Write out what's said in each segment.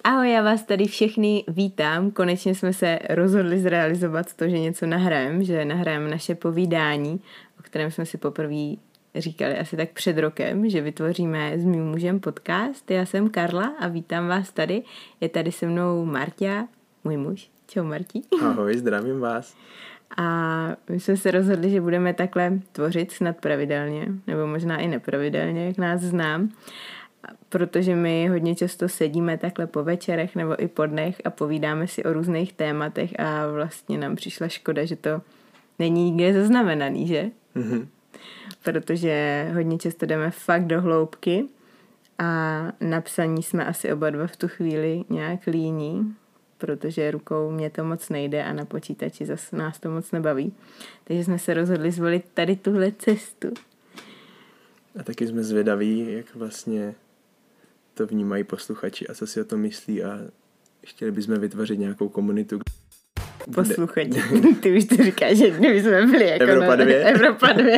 Ahoj, já vás tady všechny vítám. Konečně jsme se rozhodli zrealizovat to, že něco nahrajeme, že nahrajeme naše povídání, o kterém jsme si poprvé říkali asi tak před rokem, že vytvoříme s mým mužem podcast. Já jsem Karla a vítám vás tady. Je tady se mnou Marťa, můj muž. Čau Marti. Ahoj, zdravím vás. A my jsme se rozhodli, že budeme takhle tvořit snad pravidelně, nebo možná i nepravidelně, jak nás znám. Protože my hodně často sedíme takhle po večerech nebo i po dnech a povídáme si o různých tématech a vlastně nám přišla škoda, že to není nikde zaznamenaný, že? Mm-hmm. Protože hodně často jdeme fakt do hloubky a na psaní jsme asi oba dva v tu chvíli nějak líní, protože rukou mě to moc nejde a na počítači zase nás to moc nebaví. Takže jsme se rozhodli zvolit tady tuhle cestu. A taky jsme zvědaví, jak vlastně to vnímají posluchači a co si o tom myslí a chtěli bychom vytvořit nějakou komunitu. Posluchači, ty už to říkáš, že my jsme byli jako Evropa 2. Evropa 2.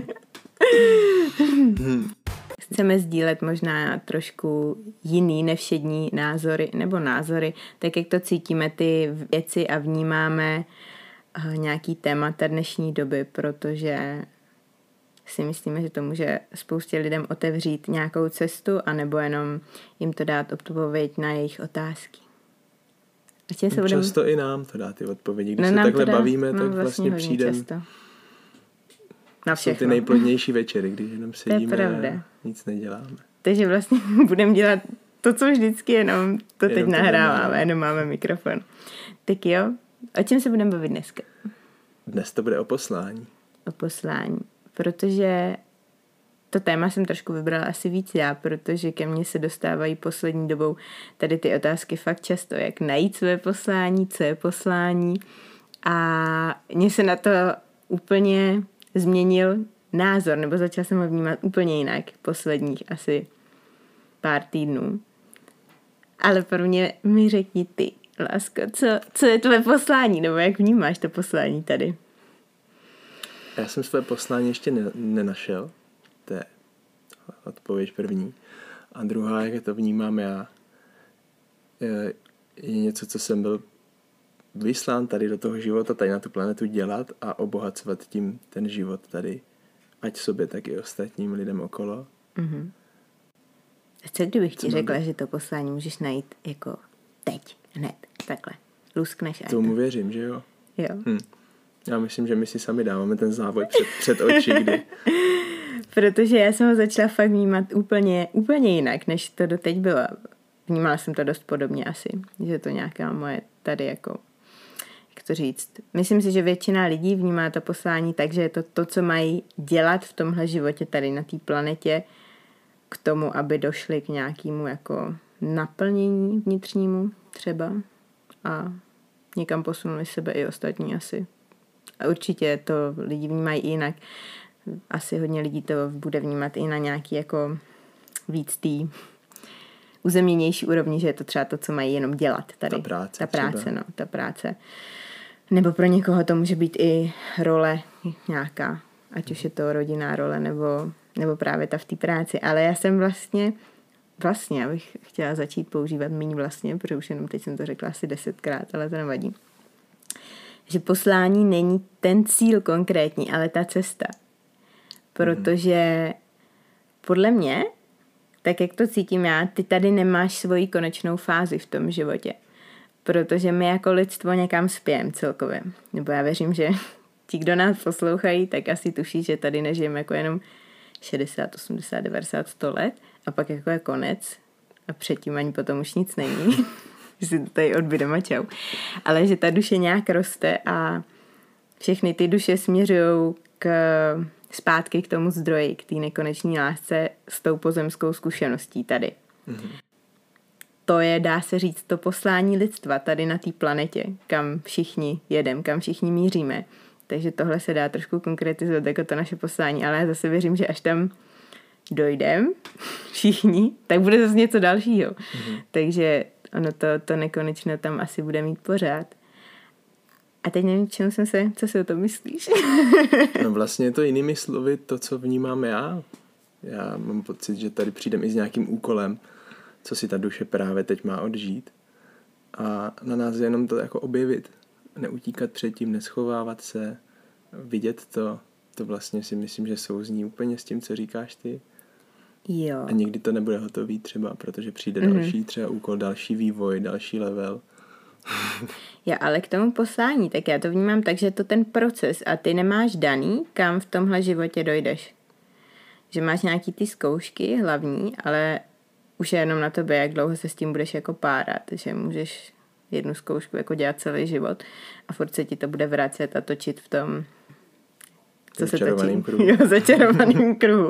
Chceme sdílet možná trošku jiný, nevšední názory, nebo názory, tak jak to cítíme ty věci a vnímáme nějaký témata dnešní doby, protože si myslíme, že to může spoustě lidem otevřít nějakou cestu, anebo jenom jim to dát odpověď na jejich otázky. Často i nám to dá ty odpovědi. Když se takhle bavíme, tak vlastně přijdeme. Na všechno. Jsou ty nejplodnější večery, když jenom sedíme a nic neděláme. Takže vlastně budeme dělat to, co vždycky, jenom to teď nahráváme, jenom máme mikrofon. Tak jo, o čem se budeme bavit dneska? Dnes to bude o poslání. O poslání, protože to téma jsem trošku vybrala asi víc já, protože ke mně se dostávají poslední dobou tady ty otázky fakt často, jak najít své poslání, co je poslání, a mně se na to úplně změnil názor, nebo začala jsem ho vnímat úplně jinak posledních asi pár týdnů. Ale pro mě mi řekni ty, lásko, co je tvoje poslání, nebo jak vnímáš to poslání tady? Já jsem své poslání ještě nenašel. To je odpověď první. A druhá, jak to vnímám já, je něco, co jsem byl vyslán tady do toho života, tady na tu planetu dělat a obohacovat tím ten život tady, ať sobě, tak i ostatním lidem okolo. Mm-hmm. Co kdybych ti řekla, že to poslání můžeš najít jako teď, hned, takhle, luskneš a tomu věřím, že jo? Jo. Já myslím, že my si sami dáváme ten závoj před oči, kdy... Protože já jsem ho začala fakt vnímat úplně jinak, než to doteď bylo. Vnímala jsem to dost podobně asi, že to nějaká moje tady jako, jak to říct. Myslím si, že většina lidí vnímá to poslání tak, že je to, co mají dělat v tomhle životě tady na té planetě k tomu, aby došli k nějakému jako naplnění vnitřnímu třeba a někam posunuli sebe i ostatní asi. A určitě to lidi vnímají jinak. Asi hodně lidí to bude vnímat i na nějaký jako víc tý uzemněnější úrovni, že je to třeba to, co mají jenom dělat tady. Ta práce. Nebo pro někoho to může být i role nějaká, ať už je to rodinná role, nebo právě ta v té práci. Ale já jsem vlastně, abych chtěla začít používat míň vlastně, protože už jenom teď jsem to řekla asi 10krát, ale to nevadí. Že poslání není ten cíl konkrétní, ale ta cesta. Protože podle mě, tak jak to cítím já, ty tady nemáš svoji konečnou fázi v tom životě. Protože my jako lidstvo někam spějeme celkově. Nebo já věřím, že ti, kdo nás poslouchají, tak asi tuší, že tady nežijeme jako jenom 60, 80, 90, 100 let a pak jako je konec a předtím ani potom už nic není. Že si to tady odbydem a čau. Ale že ta duše nějak roste a všechny ty duše směřují zpátky k tomu zdroji, k té nekonečné lásce s tou pozemskou zkušeností tady. Mm-hmm. To je, dá se říct, to poslání lidstva tady na té planetě, kam všichni jedeme, kam všichni míříme. Takže tohle se dá trošku konkretizovat jako to naše poslání, ale já zase věřím, že až tam dojdem všichni, tak bude zase něco dalšího. Mm-hmm. Takže ono to nekonečné tam asi bude mít pořád. A teď nevím, co si o tom myslíš? No vlastně je to jinými slovy to, co vnímám já. Já mám pocit, že tady přijdem i s nějakým úkolem, co si ta duše právě teď má odžít. A na nás je jenom to jako objevit. Neutíkat před tím, neschovávat se, vidět to. To vlastně si myslím, že souzní úplně s tím, co říkáš ty. Jo. A nikdy to nebude hotový třeba, protože přijde další třeba úkol, další vývoj, další level. Jo, ale k tomu poslání, tak já to vnímám tak, že je to ten proces a ty nemáš daný, kam v tomhle životě dojdeš. Že máš nějaký ty zkoušky hlavní, ale už je jenom na tobě, jak dlouho se s tím budeš jako párat, že můžeš jednu zkoušku jako dělat celý život a furt se ti to bude vracet a točit v tom, co se točí. Jo, začarovaným kruhu.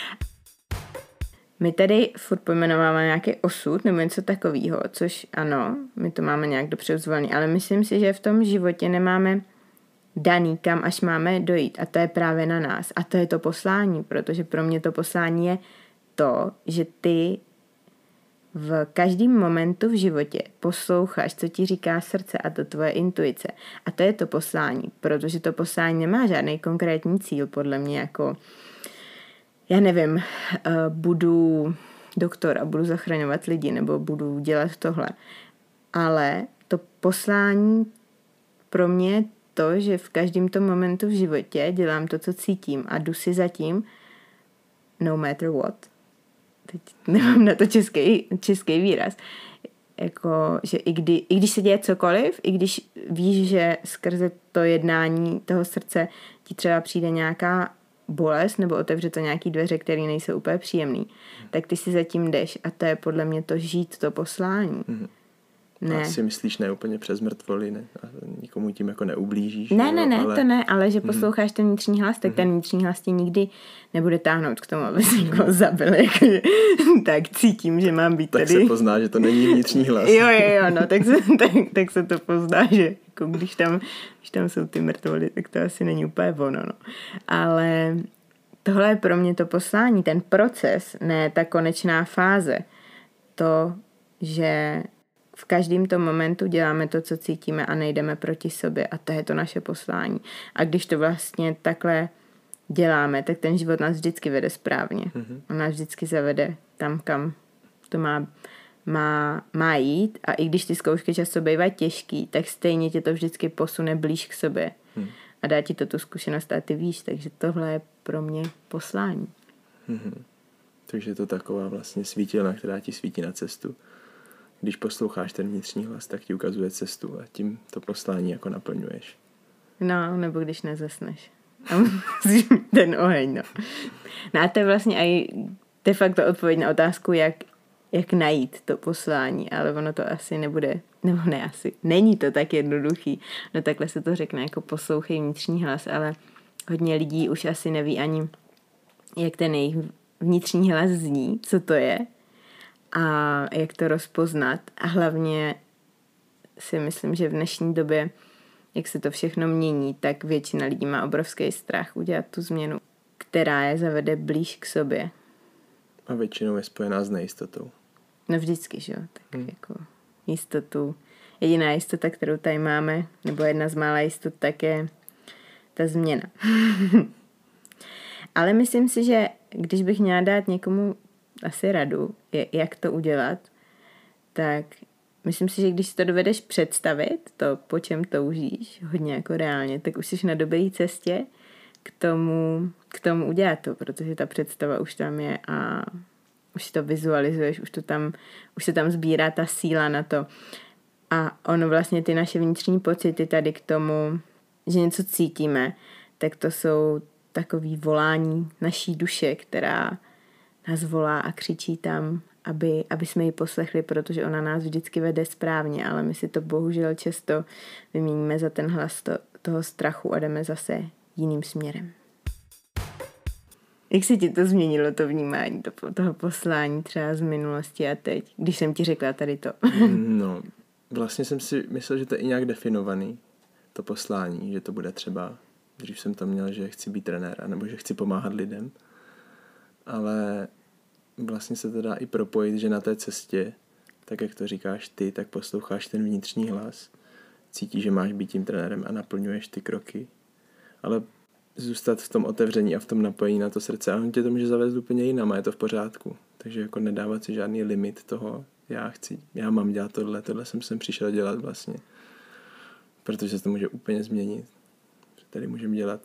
My tady furt pojmenováme nějaký osud nebo něco takového, což ano, my to máme nějak dopředu zvolený, ale myslím si, že v tom životě nemáme daný, kam až máme dojít a to je právě na nás a to je to poslání, protože pro mě to poslání je to, že ty v každém momentu v životě posloucháš, co ti říká srdce a to tvoje intuice a to je to poslání, protože to poslání nemá žádný konkrétní cíl podle mě jako já nevím, budu doktor a budu zachraňovat lidi nebo budu dělat tohle. Ale to poslání pro mě je to, že v každém tom momentu v životě dělám to, co cítím a jdu si zatím no matter what. Teď nemám na to český výraz. Jako, že i když se děje cokoliv, i když víš, že skrze to jednání toho srdce ti třeba přijde nějaká bolest nebo otevře to nějaký dveře, které nejsou úplně příjemný, tak ty si zatím jdeš a to je podle mě to žít to poslání. Ne. A si myslíš ne úplně přes mrtvoly, ne? A nikomu tím jako neublížíš. Ne, ale... to ne, ale že posloucháš ten vnitřní hlas, tak ten vnitřní hlas ti nikdy nebude táhnout k tomu, aby si někoho zabil. Tak cítím, že mám být tak tady. Tak se pozná, že to není vnitřní hlas. jo, no, tak se to pozná, že jako když tam jsou ty mrtvoly, tak to asi není úplně ono, no. Ale tohle je pro mě to poslání, ten proces, ne ta konečná fáze. To, že v každém tom momentu děláme to, co cítíme a nejdeme proti sobě a to je to naše poslání. A když to vlastně takhle děláme, tak ten život nás vždycky vede správně. On nás vždycky zavede tam, kam to má jít a i když ty zkoušky často bývají těžký, tak stejně tě to vždycky posune blíž k sobě a dá ti to tu zkušenost a ty víš, takže tohle je pro mě poslání. Takže je to taková vlastně svítilna, která ti svítí na cestu. Když posloucháš ten vnitřní hlas, tak ti ukazuje cestu a tím to poslání jako naplňuješ. No, nebo když nezasneš. Ten oheň, no. No a to je vlastně i de facto odpověď na otázku, jak najít to poslání, ale ono to asi nebude, nebo ne asi, není to tak jednoduchý. No takhle se to řekne, jako poslouchej vnitřní hlas, ale hodně lidí už asi neví ani, jak ten jejich vnitřní hlas zní, co to je a jak to rozpoznat. A hlavně si myslím, že v dnešní době, jak se to všechno mění, tak většina lidí má obrovský strach udělat tu změnu, která je zavede blíž k sobě. A většinou je spojená s nejistotou. No vždycky, že jo. Tak jako jistotu. Jediná jistota, kterou tady máme, nebo jedna z mála jistot, tak je ta změna. Ale myslím si, že když bych měla dát někomu asi radu, jak to udělat, tak myslím si, že když si to dovedeš představit, to, po čem toužíš, hodně jako reálně, tak už jsi na dobré cestě k tomu udělat to, protože ta představa už tam je a už si to vizualizuješ, už se tam sbírá ta síla na to. A ono vlastně ty naše vnitřní pocity tady k tomu, že něco cítíme, tak to jsou takový volání naší duše, která nás volá a křičí tam, aby jsme ji poslechli, protože ona nás vždycky vede správně, ale my si to bohužel často vyměníme za ten hlas toho strachu a jdeme zase jiným směrem. Jak se ti to změnilo, to vnímání toho poslání třeba z minulosti a teď, když jsem ti řekla tady to? No, vlastně jsem si myslel, že to je i nějak definovaný, to poslání, že to bude třeba, dřív jsem to měl, že chci být trenér, nebo že chci pomáhat lidem, ale vlastně se to dá i propojit, že na té cestě, tak jak to říkáš ty, tak posloucháš ten vnitřní hlas, cítíš, že máš být tím trenérem a naplňuješ ty kroky, ale zůstat v tom otevření a v tom napojení na to srdce. A on tě to může zavést úplně jinam a je to v pořádku. Takže jako nedávat si žádný limit toho, já mám dělat tohle jsem sem přišel dělat vlastně. Protože se to může úplně změnit. Tady můžeme dělat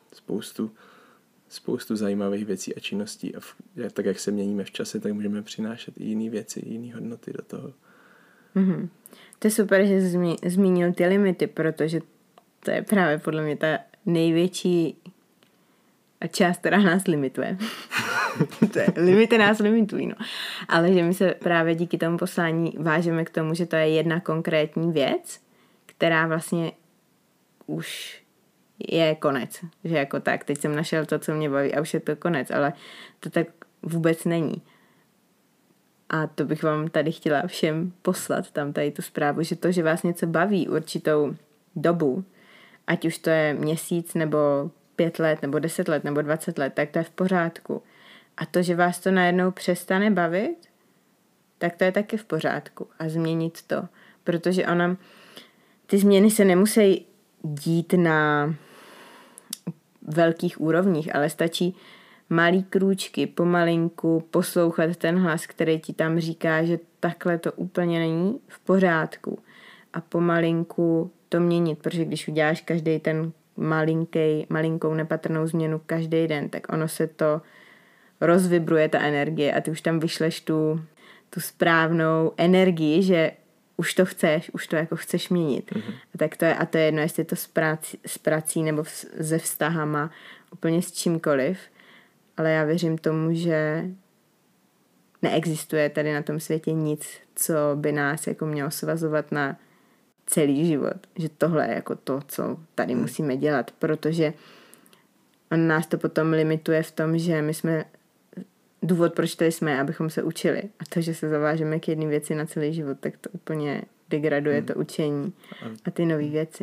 spoustu zajímavých věcí a činností a tak, jak se měníme v čase, tak můžeme přinášet i jiné věci, jiné hodnoty do toho. Mm-hmm. To je super, že jsi zmínil ty limity, protože to je právě podle mě ta největší část, která nás limituje. Limity nás limitují, no. Ale že my se právě díky tomu poslání vážeme k tomu, že to je jedna konkrétní věc, která vlastně už je konec. Že jako tak, teď jsem našel to, co mě baví a už je to konec, ale to tak vůbec není. A to bych vám tady chtěla všem poslat, tam tady tu zprávu, že to, že vás něco baví určitou dobu, ať už to je měsíc, nebo 5 let, nebo 10 let, nebo 20 let, tak to je v pořádku. A to, že vás to najednou přestane bavit, tak to je taky v pořádku. A změnit to. Protože ty změny se nemusí dít na velkých úrovních, ale stačí malý krůčky, pomalinku poslouchat ten hlas, který ti tam říká, že takhle to úplně není v pořádku. A pomalinku to měnit, protože když uděláš každý ten malinkou nepatrnou změnu každý den, tak ono se to rozvibruje, ta energie, a ty už tam vyšleš tu správnou energii, že už to chceš, už to jako chceš měnit. Mm-hmm. A to je jedno, jestli to s prací nebo se vztahama, úplně s čímkoliv. Ale já věřím tomu, že neexistuje tady na tom světě nic, co by nás jako mělo svazovat na celý život. Že tohle je jako to, co tady musíme dělat, protože on nás to potom limituje v tom, že my jsme důvod, proč tady jsme, abychom se učili. A to, že se zavážeme k jedné věci na celý život, tak to úplně degraduje to učení a ty nové věci.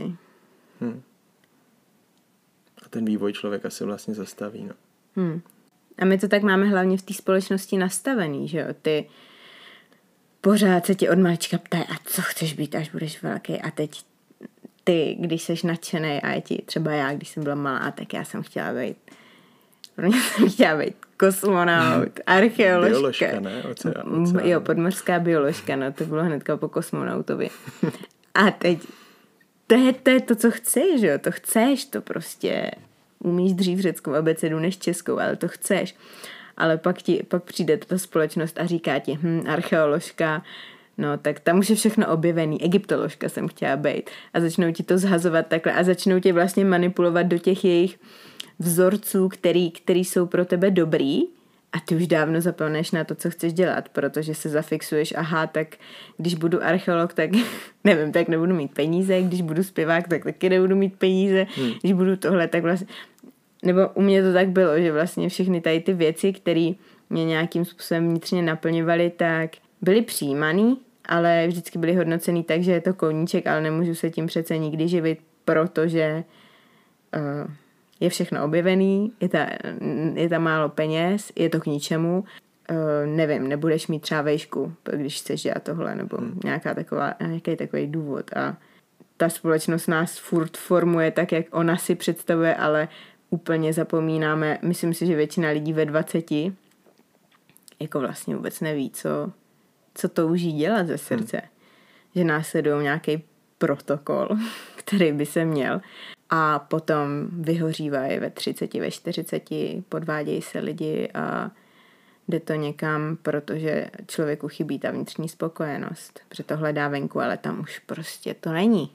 A ten vývoj člověka se vlastně zastaví, no. A my to tak máme hlavně v té společnosti nastavený, že jo. Ty pořád se ti od malička ptají, a co chceš být, až budeš velký. A teď ty, když seš nadšenej a třeba já, když jsem byla malá, tak já jsem chtěla být kosmonaut, archeoložka. Bioložka, ne? Jo, podmořská bioložka, no, to bylo hnedka po kosmonautovi. A teď, to je to, co chceš, jo, to chceš, to prostě umíš dřív řeckou abecedu než českou, ale to chceš. Ale pak přijde ta společnost a říká ti, archeoložka, no tak tam už je všechno objevený, egyptoložka jsem chtěla být. A začnou ti to zhazovat takhle a začnou tě vlastně manipulovat do těch jejich vzorců, který jsou pro tebe dobrý, a ty už dávno zapomeneš na to, co chceš dělat, protože se zafixuješ, tak když budu archeolog, tak nevím, tak nebudu mít peníze, když budu zpěvák, tak taky nebudu mít peníze, když budu tohle, tak vlastně, nebo u mě to tak bylo, že vlastně všechny tady ty věci, které mě nějakým způsobem vnitřně naplňovaly, tak byly přijímaný, ale vždycky byly hodnocený tak, že je to koníček, ale nemůžu se tím přece nikdy živit, protože je všechno objevený, je tam málo peněz, je to k ničemu, nevím, nebudeš mít třeba vejšku, když chceš dělat tohle, nebo nějaký takový důvod. A ta společnost nás furt formuje tak, jak ona si představuje, ale úplně zapomínáme. Myslím si, že většina lidí ve 20 jako vlastně vůbec neví, co touží dělat ze srdce. Že následují nějaký protokol, který by se měl, a potom vyhořívají ve 30, ve 40, podvádějí se lidi a jde to někam, protože člověku chybí ta vnitřní spokojenost. Protože to hledá venku, ale tam už prostě to není.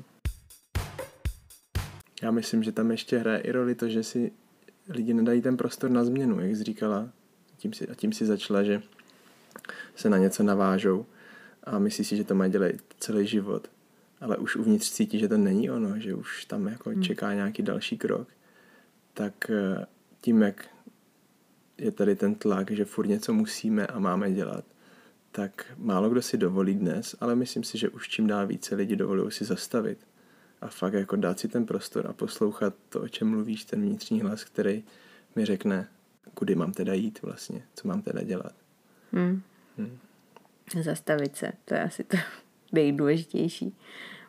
Já myslím, že tam ještě hraje i roli to, že si lidi nedají ten prostor na změnu, jak jsi říkala. Tím si začala, že se na něco navážou a myslí si, že to mají dělat celý život. Ale už uvnitř cítí, že to není ono, že už tam jako čeká nějaký další krok. Tak tím, jak je tady ten tlak, že furt něco musíme a máme dělat, tak málo kdo si dovolí dnes, ale myslím si, že už čím dál více lidi dovolují si zastavit a fakt jako dát si ten prostor a poslouchat to, o čem mluvíš, ten vnitřní hlas, který mi řekne, kudy mám teda jít vlastně, co mám teda dělat. Zastavit se, to je asi to nejdůležitější.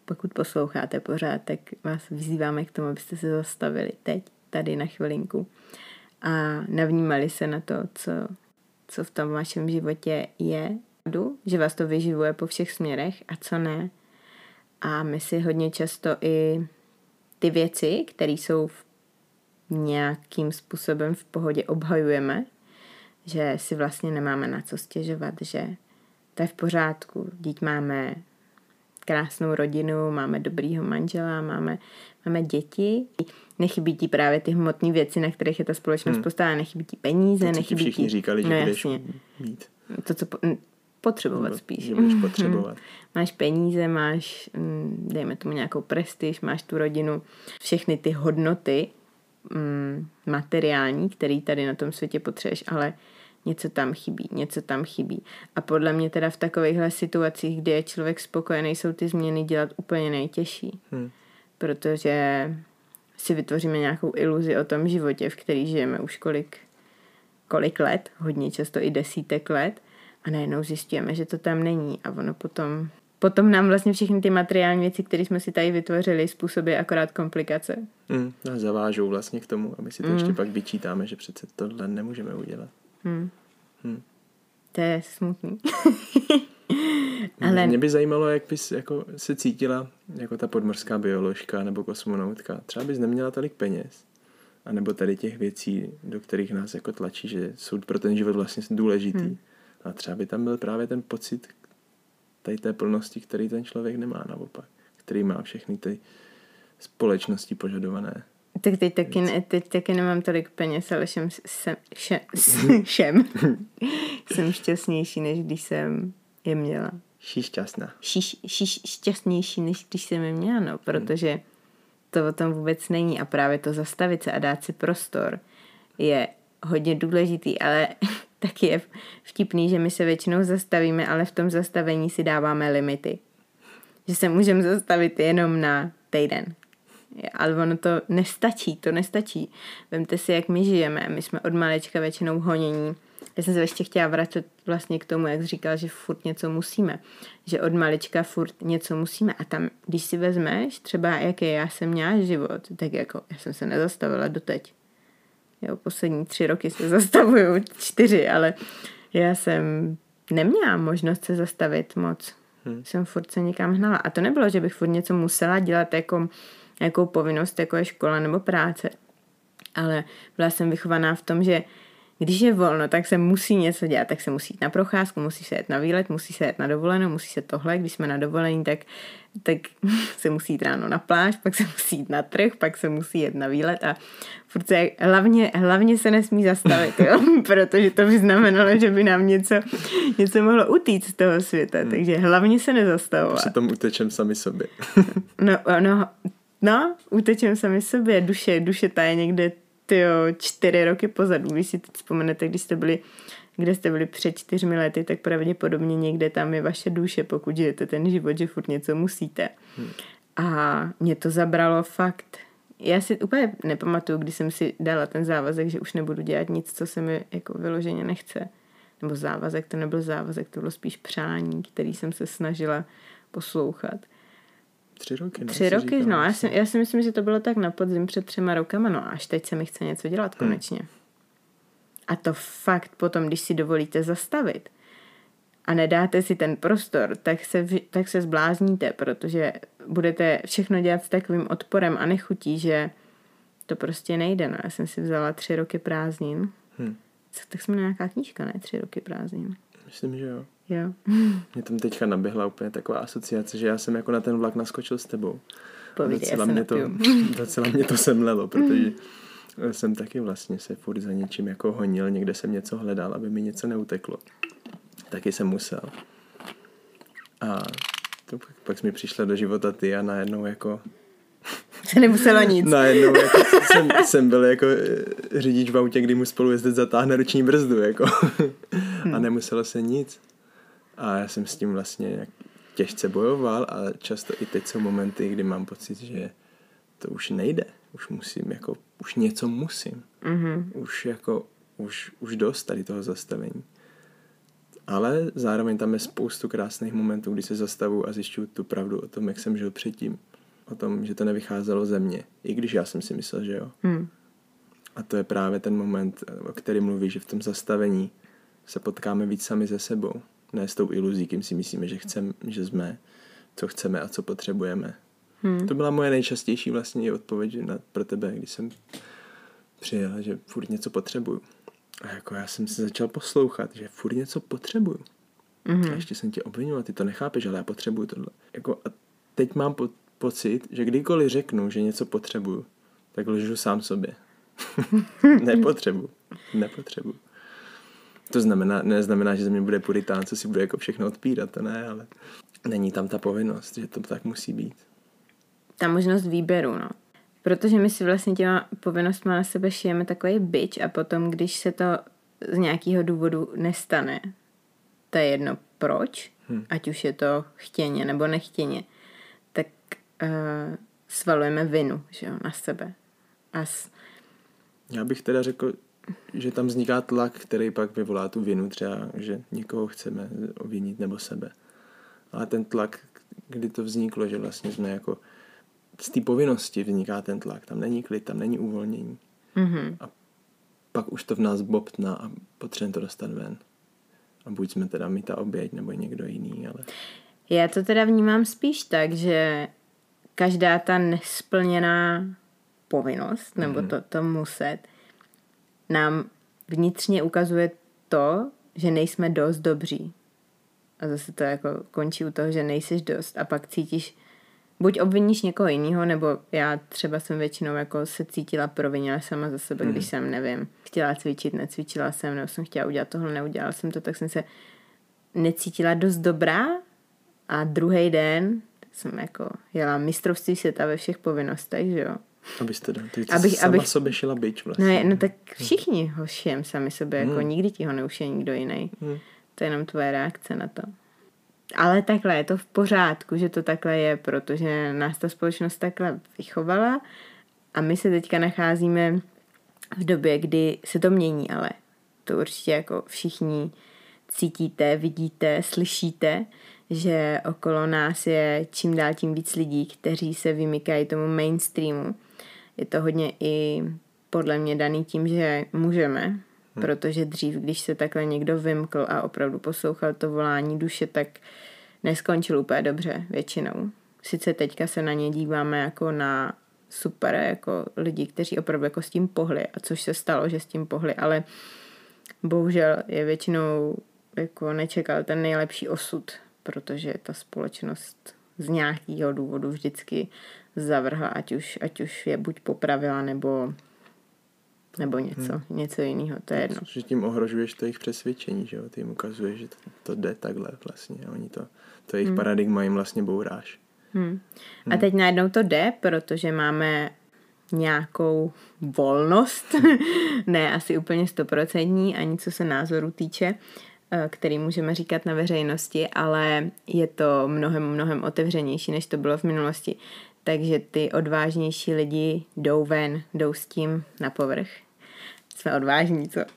pokud posloucháte pořád, tak vás vyzýváme k tomu, abyste se zastavili teď, tady na chvilinku a navnímali se na to, co v tom vašem životě je, že vás to vyživuje po všech směrech a co ne. A my si hodně často i ty věci, které jsou nějakým způsobem v pohodě, obhajujeme, že si vlastně nemáme na co stěžovat, že to je v pořádku. Dít máme krásnou rodinu, máme dobrýho manžela, máme děti. Nechybí ti právě ty hmotné věci, na kterých je ta společnost postavena, nechybí ti peníze, nechybí ti... všichni říkali, že budeš mít. To, co potřebovat spíš. Že budeš potřebovat. Máš peníze, máš, dejme tomu nějakou prestiž, máš tu rodinu, všechny ty hodnoty materiální, který tady na tom světě potřebuješ, ale něco tam chybí. A podle mě teda v takovýchhle situacích, kdy je člověk spokojený, jsou ty změny dělat úplně nejtěžší. Protože si vytvoříme nějakou iluzi o tom životě, v který žijeme už kolik let, hodně často i desítek let, a najednou zjistíme, že to tam není. A ono potom nám vlastně všechny ty materiální věci, které jsme si tady vytvořili, způsobí akorát komplikace. A zavážou vlastně k tomu, aby si to ještě pak vyčítáme, že přece tohle nemůžeme udělat. To je smutný. Ale... Mě by zajímalo, jak bys jako se cítila jako ta podmořská bioložka nebo kosmonautka. Třeba bys neměla tolik peněz. A nebo tady těch věcí, do kterých nás jako tlačí, že jsou pro ten život vlastně důležitý. A třeba by tam byl právě ten pocit tady té plnosti, který ten člověk nemá naopak. Který má všechny ty společnosti požadované. Tak teď taky nemám tolik peněz, ale jsem šťastnější, než když jsem je měla. Šťastná. Šťastnější, než když jsem je měla, no, protože to o tom vůbec není a právě to zastavit se a dát si prostor je hodně důležitý, ale taky je vtipný, že my se většinou zastavíme, ale v tom zastavení si dáváme limity. Že se můžeme zastavit jenom na týden. Ale ono to nestačí. Vemte si, jak my žijeme. My jsme od malečka většinou honění. Já jsem se ještě chtěla vracet vlastně k tomu, jak jsi říkal, že furt něco musíme. Že od malička furt něco musíme. A tam, když si vezmeš třeba, jaký já jsem měla život, tak jako já jsem se nezastavila doteď. Jo, poslední 3 roky se zastavuju, 4, ale já jsem neměla možnost se zastavit moc. Jsem furt se někam hnala. A to nebylo, že bych furt něco musela dělat jako nějakou povinnost, jako je škola nebo práce. Ale byla jsem vychovaná v tom, že když je volno, tak se musí něco dělat, tak se musí jít na procházku, musí se jet na výlet, musí se jet na dovolenou, musí se tohle, když jsme na dovolení, tak se musí jít ráno na pláž, pak se musí jít na trh, pak se musí jet na výlet a furt se, hlavně se nesmí zastavit, jo? Protože to by znamenalo, že by nám něco mohlo utíct z toho světa, takže hlavně se nezastavovat. Přitom utečem sami sobě. No, utečem sami sobě, duše ta je někde 4 roky pozadu, když si teď vzpomenete, kde jste byli před 4 lety, tak pravděpodobně někde tam je vaše duše, pokud žijete ten život, že furt něco musíte. A mě to zabralo fakt. Já si úplně nepamatuju, kdy jsem si dala ten závazek, že už nebudu dělat nic, co se mi jako vyloženě nechce. Nebo závazek, to nebyl závazek, to bylo spíš přání, který jsem se snažila poslouchat. 3 roky, 3 roky, no. Já si myslím, že to bylo tak na podzim před 3 rokama, no. Až teď se mi chce něco dělat konečně. A to fakt potom, když si dovolíte zastavit a nedáte si ten prostor, tak se zblázníte, protože budete všechno dělat s takovým odporem a nechutí, že to prostě nejde, no. Já jsem si vzala 3 roky prázdnin. Tak jsme nějaká knížka, ne? 3 roky prázdnin. Myslím, že jo. Jo. Mě tam teďka naběhla úplně taková asociace, že já jsem jako na ten vlak naskočil s tebou. Docela mě to semlelo, protože jsem taky vlastně se furt za něčím jako honil, někde jsem něco hledal, aby mi něco neuteklo. Taky jsem musel. A to pak mi přišla do života ty a najednou jako... Se nemuselo nic. Najednou jako jsem byl jako řidič v autě, kdy mu spolujezdec zatáhne ruční brzdu, jako. A nemuselo se nic. A já jsem s tím vlastně nějak těžce bojoval a často i teď jsou momenty, kdy mám pocit, že to už nejde. Už musím, jako, už něco musím. Už dost tady toho zastavení. Ale zároveň tam je spoustu krásných momentů, kdy se zastavu a zjišťuju tu pravdu o tom, jak jsem žil předtím. O tom, že to nevycházelo ze mě. I když já jsem si myslel, že jo. A to je právě ten moment, o kterém mluví, že v tom zastavení se potkáme víc sami se sebou. Ne s tou iluzí, kým si myslíme, že chceme, že jsme, co chceme a co potřebujeme. To byla moje nejčastější vlastně odpověď pro tebe, když jsem přijel, že furt něco potřebuju. A jako já jsem se začal poslouchat, že furt něco potřebuju. A ještě jsem tě obvinoval, ty to nechápeš, ale já potřebuju tohle. Jako, a teď mám pocit, že kdykoliv řeknu, že něco potřebuju, tak lžu sám sobě. Nepotřebuju. To neznamená, že ze mě bude puritán, co si bude jako všechno odpírat, to ne, ale není tam ta povinnost, že to tak musí být. Ta možnost výběru, no. Protože my si vlastně těma povinnostma na sebe šijeme takový bič a potom, když se to z nějakého důvodu nestane, to je jedno proč, ať už je to chtěně nebo nechtěně, tak svalujeme vinu, že jo, na sebe. Já bych teda řekl, že tam vzniká tlak, který pak vyvolá tu vinu, třeba, že někoho chceme obvinit nebo sebe. Ale ten tlak, kdy to vzniklo, že vlastně jsme jako z té povinnosti vzniká ten tlak. Tam není klid, tam není uvolnění. A pak už to v nás bobtná a potřebujeme to dostat ven. A buď jsme teda my ta oběť, nebo někdo jiný, ale... Já to teda vnímám spíš tak, že každá ta nesplněná povinnost, nebo to muset, nám vnitřně ukazuje to, že nejsme dost dobří. A zase to jako končí u toho, že nejseš dost a pak cítíš, buď obviníš někoho jiného, nebo já třeba jsem většinou jako se cítila provinila sama za sebe, když jsem, nevím, chtěla cvičit, necvičila jsem, nebo jsem chtěla udělat tohle, neudělala jsem to, tak jsem se necítila dost dobrá a druhý den jsem jako jela mistrovství světa ve všech povinnostech, že jo. Abyste sama sobě šila bič vlastně. No tak všichni ho šijem sami sobě, jako nikdy ti ho neušije nikdo jiný. To je jenom tvoje reakce na to. Ale takhle je to v pořádku, že to takhle je, protože nás ta společnost takhle vychovala a my se teďka nacházíme v době, kdy se to mění, ale to určitě jako všichni cítíte, vidíte, slyšíte, že okolo nás je čím dál tím víc lidí, kteří se vymykají tomu mainstreamu. Je to hodně i podle mě daný tím, že můžeme, protože dřív, když se takhle někdo vymkl a opravdu poslouchal to volání duše, tak neskončil úplně dobře většinou. Sice teďka se na ně díváme jako na super, jako lidi, kteří opravdu jako s tím pohli, a což se stalo, že s tím pohli, ale bohužel je většinou jako nečekal ten nejlepší osud, protože ta společnost z nějakého důvodu vždycky zavrhla, ať už je buď popravila, nebo něco jiného, to je jedno. Že tím ohrožuješ to jejich přesvědčení, že jo? Ty jim ukazuješ, že to jde takhle vlastně. Oni to jejich paradigma jim vlastně bouráš. A teď najednou to jde, protože máme nějakou volnost, ne asi úplně 100%, ani co se názoru týče, který můžeme říkat na veřejnosti, ale je to mnohem otevřenější, než to bylo v minulosti. Takže ty odvážnější lidi jdou ven, jdou s tím na povrch. Jsme odvážní, co?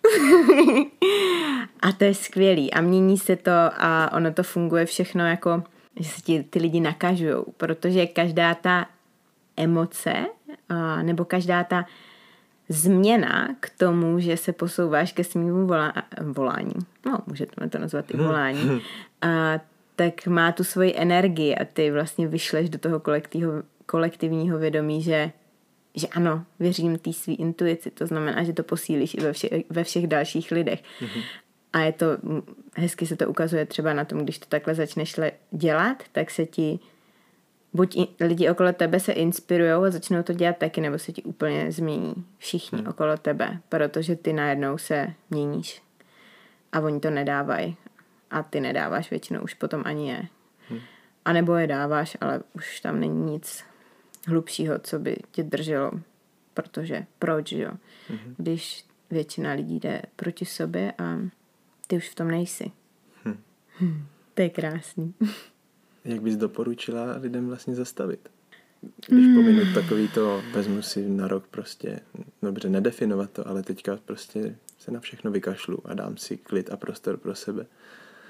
A to je skvělý. A mění se to a ono to funguje všechno jako, že se ty lidi nakažujou, protože každá ta emoce nebo každá ta změna k tomu, že se posouváš ke svýmu volání. No, můžeme to nazvat i volání. Tak má tu svoji energii a ty vlastně vyšleš do toho kolektivního vědomí, že ano, věřím té svý intuici. To znamená, že to posílíš i ve všech dalších lidech. A je to, hezky se to ukazuje třeba na tom, když to takhle začneš dělat, tak se ti buď lidi okolo tebe se inspirujou a začnou to dělat taky, nebo se ti úplně změní všichni okolo tebe, protože ty najednou se měníš a oni to nedávají a ty nedáváš většinou už potom ani je. A nebo je dáváš, ale už tam není nic hlubšího, co by tě drželo, protože proč, jo? Když většina lidí jde proti sobě a ty už v tom nejsi. To je krásný. Jak bys doporučila lidem vlastně zastavit? Když pominu takový to, vezmu si na rok prostě, dobře, nedefinovat to, ale teďka prostě se na všechno vykašlu a dám si klid a prostor pro sebe.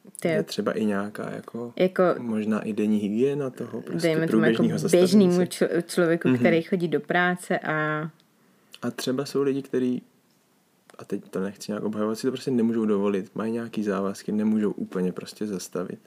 je třeba i nějaká jako možná i denní hygiena toho prostě průběžného zastavení běžnému člověku, který chodí do práce a třeba jsou lidi, kteří, a teď to nechci nějak obhajovat, si to prostě nemůžou dovolit, mají nějaký závazky, nemůžou úplně prostě zastavit.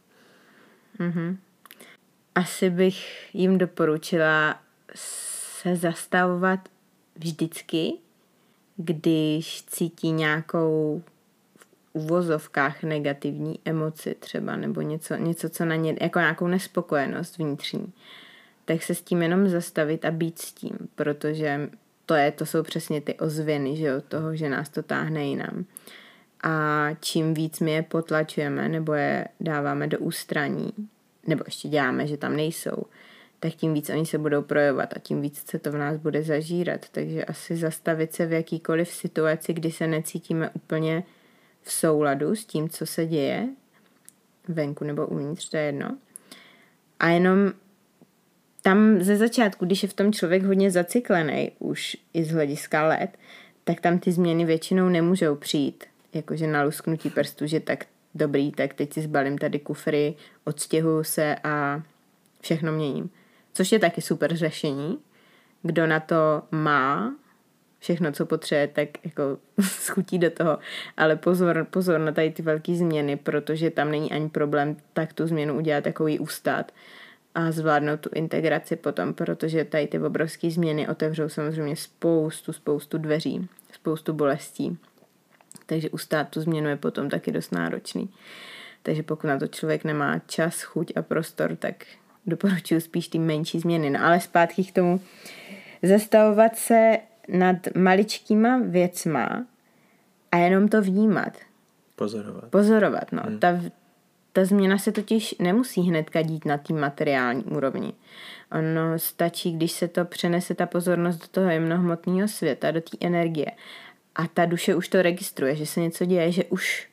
Asi bych jim doporučila se zastavovat vždycky, když cítí nějakou v uvozovkách negativní emoci třeba, nebo něco, co na ně, jako nějakou nespokojenost vnitřní, tak se s tím jenom zastavit a být s tím, protože to jsou přesně ty ozvěny, že jo, toho, že nás to táhne jinam. A čím víc my je potlačujeme, nebo je dáváme do ústraní, nebo ještě děláme, že tam nejsou, tak tím víc oni se budou projevovat a tím víc se to v nás bude zažírat. Takže asi zastavit se v jakýkoliv situaci, kdy se necítíme úplně v souladu s tím, co se děje, venku nebo uvnitř, to je jedno. A jenom tam ze začátku, když je v tom člověk hodně zacyklený, už i z hlediska let, tak tam ty změny většinou nemůžou přijít. Jakože na lusknutí prstu, že tak dobrý, tak teď si zbalím tady kufry, odstěhuju se a všechno měním. Což je taky super řešení. Kdo na to má všechno, co potřebuje, tak jako schutí do toho. Ale pozor na tady ty velké změny, protože tam není ani problém tak tu změnu udělat, takový ustát a zvládnout tu integraci potom, protože tady ty obrovské změny otevřou samozřejmě spoustu dveří, spoustu bolestí. Takže ustát tu změnu je potom taky dost náročný. Takže pokud na to člověk nemá čas, chuť a prostor, tak doporučuji spíš ty menší změny. No ale zpátky k tomu. Zastavovat se nad maličkýma věcma a jenom to vnímat. Pozorovat, no. Ta změna se totiž nemusí hnedka dít na té materiální úrovni. Ono stačí, když se to přenese ta pozornost do toho jemnohmotného světa, do té energie. A ta duše už to registruje, že se něco děje, že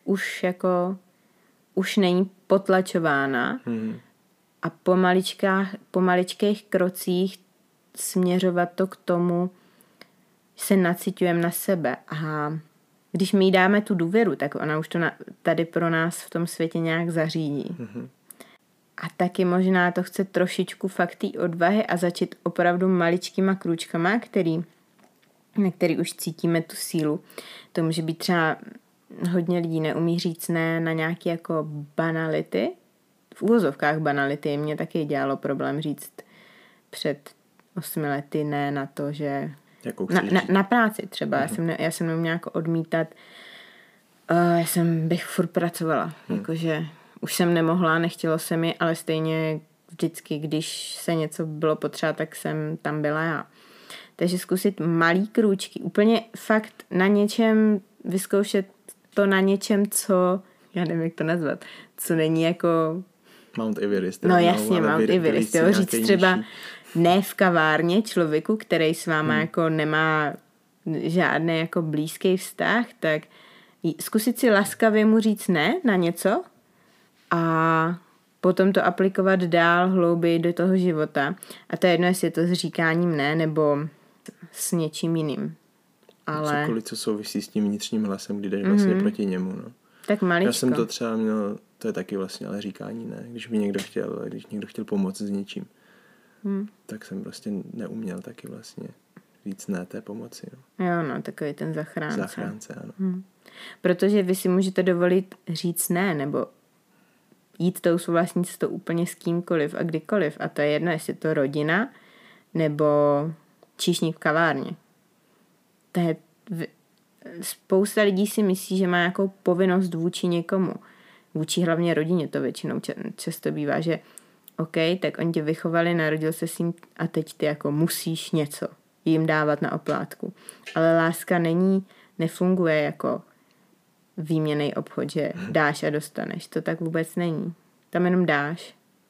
už není potlačována a po maličkých krocích směřovat to k tomu, se naciťujeme na sebe. A když my jí dáme tu důvěru, tak ona už to tady pro nás v tom světě nějak zařídí. A taky možná to chce trošičku fakt té odvahy a začít opravdu maličkýma krůčkama, na který už cítíme tu sílu. To může být třeba hodně lidí neumí říct ne na nějaké jako banality. V úvozovkách banality mě taky dělalo problém říct před 8 lety ne na to, že na práci třeba. Já jsem neuměla jako odmítat. Bych furt pracovala. Jakože už jsem nemohla, nechtělo se mi, ale stejně vždycky, když se něco bylo potřeba, tak jsem tam byla já. Takže zkusit malý krůčky, úplně fakt na něčem, vyzkoušet to na něčem, co, já nevím, jak to nazvat, co není jako... Mount Everest. No jasně, Mount Everest, jo, říct třeba ne v kavárně člověku, který s váma jako nemá žádný jako blízký vztah, tak zkusit si laskavě mu říct ne na něco a potom to aplikovat dál hlouběji do toho života. A to je jedno, jestli je to s říkáním ne, nebo s něčím jiným. Ale... Cokoliv, co souvisí s tím vnitřním hlasem, kdy jdeš vlastně proti němu. No. Tak maličko. Já jsem to třeba měl, to je taky vlastně, ale říkání ne. Když někdo chtěl pomoct s něčím, tak jsem prostě neuměl taky vlastně říct ne té pomoci. No. Jo, no, takový ten zachránce. Zachránce, ano. Protože vy si můžete dovolit říct ne, nebo jít tou svou vlastní cestou úplně s kýmkoliv a kdykoliv. A to je jedno, jestli to rodina, nebo číšník v kavárně. To je... Spousta lidí si myslí, že má nějakou povinnost vůči někomu. Vůči hlavně rodině to většinou často bývá, že OK, tak oni tě vychovali, narodil se s ním a teď ty jako musíš něco jim dávat na oplátku. Ale láska nefunguje jako výměnný obchod, že dáš a dostaneš. To tak vůbec není. Tam jenom dáš,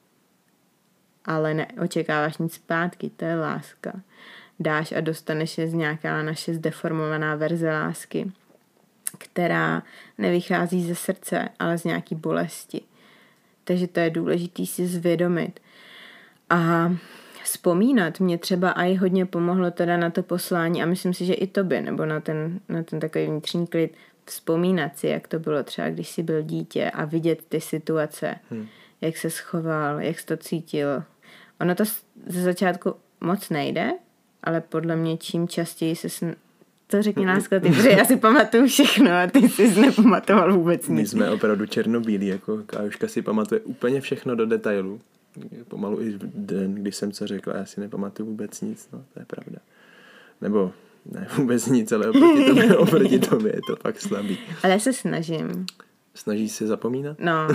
ale neočekáváš nic zpátky. To je láska. Dáš a dostaneš je z nějaká naše zdeformovaná verze lásky, která nevychází ze srdce, ale z nějaký bolesti. Takže to je důležité si zvědomit. A vzpomínat mě třeba i hodně pomohlo teda na to poslání a myslím si, že i tobě, nebo na ten takový vnitřní klid, vzpomínat si, jak to bylo třeba, když jsi byl dítě a vidět ty situace, jak se schoval, jak jsi to cítil. Ono to ze začátku moc nejde, ale podle mě čím častěji to řekni láska ty, protože já si pamatuju všechno a ty jsi nepamatoval vůbec nic. My jsme opravdu černobílí, jako Kájuška si pamatuje úplně všechno do detailu. Pomalu i v den, když jsem co řekla, já si nepamatuju vůbec nic, no, to je pravda. Nebo ne vůbec nic, ale oproti tobě je to fakt slabý. Ale já se snažím. Snažíš se zapomínat? No.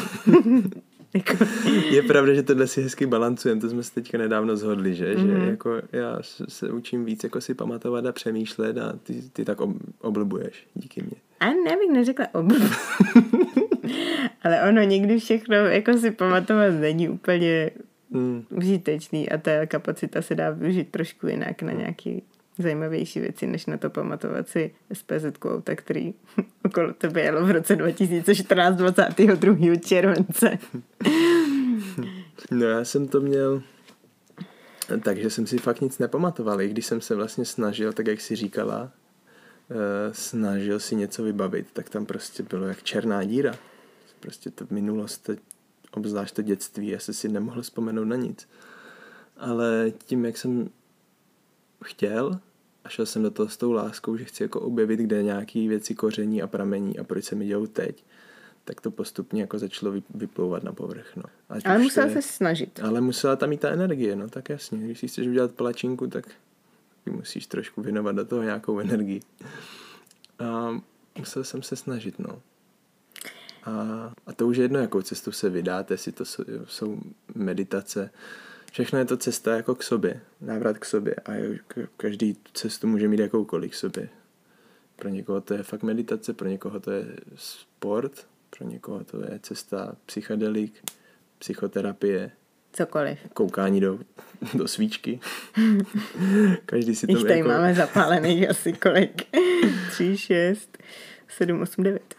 Je pravda, že tohle si hezky balancujeme, to jsme se teďka nedávno zhodli, že? Že jako já se učím víc jako si pamatovat a přemýšlet a ty tak oblbuješ díky mně. A ne, bych neřekla ale ono někdy všechno jako si pamatovat není úplně užitečný a ta kapacita se dá využít trošku jinak na nějaký zajímavější věci, než na to pamatovat si SPZ auta, který okolo tebe jelo v roce 2014 22. července. No já jsem to měl takže jsem si fakt nic nepamatoval, i když jsem se vlastně snažil, tak jak jsi říkala, snažil si něco vybavit, tak tam prostě bylo jak černá díra. Prostě to minulost, obzvlášť to dětství, já se si nemohl vzpomenout na nic. Ale tím, jak jsem chtěl a šel jsem do toho s tou láskou, že chci jako objevit, kde nějaký věci koření a pramení a proč se mi dějou teď, tak to postupně jako začalo vyplouvat na povrch. No. Ale musel se snažit. Ale musela tam mít ta energie, no tak jasně. Když si chceš udělat palačinku, tak musíš trošku věnovat do toho nějakou energii. A musel jsem se snažit, no. A to už je jedno, jakou cestou se vydáte, jestli to jsou meditace. Všechno je to cesta jako k sobě, návrat k sobě a každý cestu může mít jakoukoliv k sobě. Pro někoho to je fakt meditace, pro někoho to je sport, pro někoho to je cesta psychedelik, psychoterapie. Cokoliv. Koukání do svíčky. Každý si to tady jako... máme zapálených asi kolik? 3, 6, 7, 8, 9.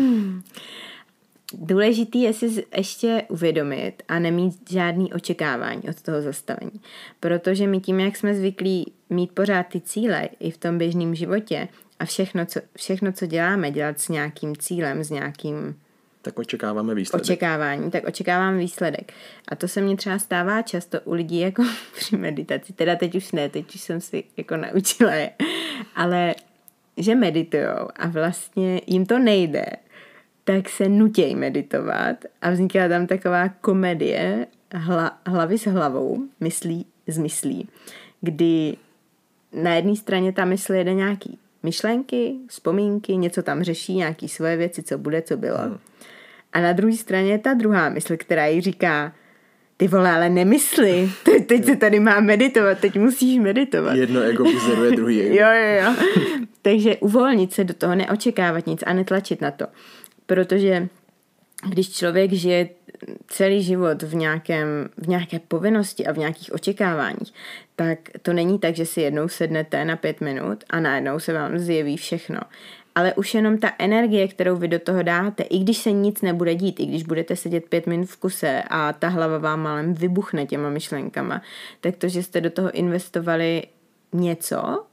Důležitý je si ještě uvědomit a nemít žádný očekávání od toho zastavení. Protože my tím, jak jsme zvyklí mít pořád ty cíle i v tom běžném životě a všechno, co děláme, dělat s nějakým cílem, s nějakým tak očekáváme výsledek. Tak očekáváme výsledek. A to se mně třeba stává často u lidí jako při meditaci. Teda teď už ne, teď už jsem si jako naučila je. Ale že meditujou a vlastně jim to nejde, tak se nutějí meditovat a vzniká tam taková komedie hlavy s hlavou, myslí s myslí, kdy na jedné straně ta mysl jede nějaký myšlenky, vzpomínky, něco tam řeší, nějaký svoje věci, co bude, co bylo. A na druhé straně je ta druhá mysl, která jí říká, ty vole, ale nemysli, teď se tady má meditovat, teď musíš meditovat. Jedno ego pozoruje druhý ego. Jo. Takže uvolnit se do toho, neočekávat nic a netlačit na to. Protože když člověk žije celý život v nějaké povinnosti a v nějakých očekáváních, tak to není tak, že si jednou sednete na 5 minut a najednou se vám zjeví všechno. Ale už jenom ta energie, kterou vy do toho dáte, i když se nic nebude dít, i když budete sedět 5 minut v kuse a ta hlava vám malem vybuchne těma myšlenkama, tak to, že jste do toho investovali něco,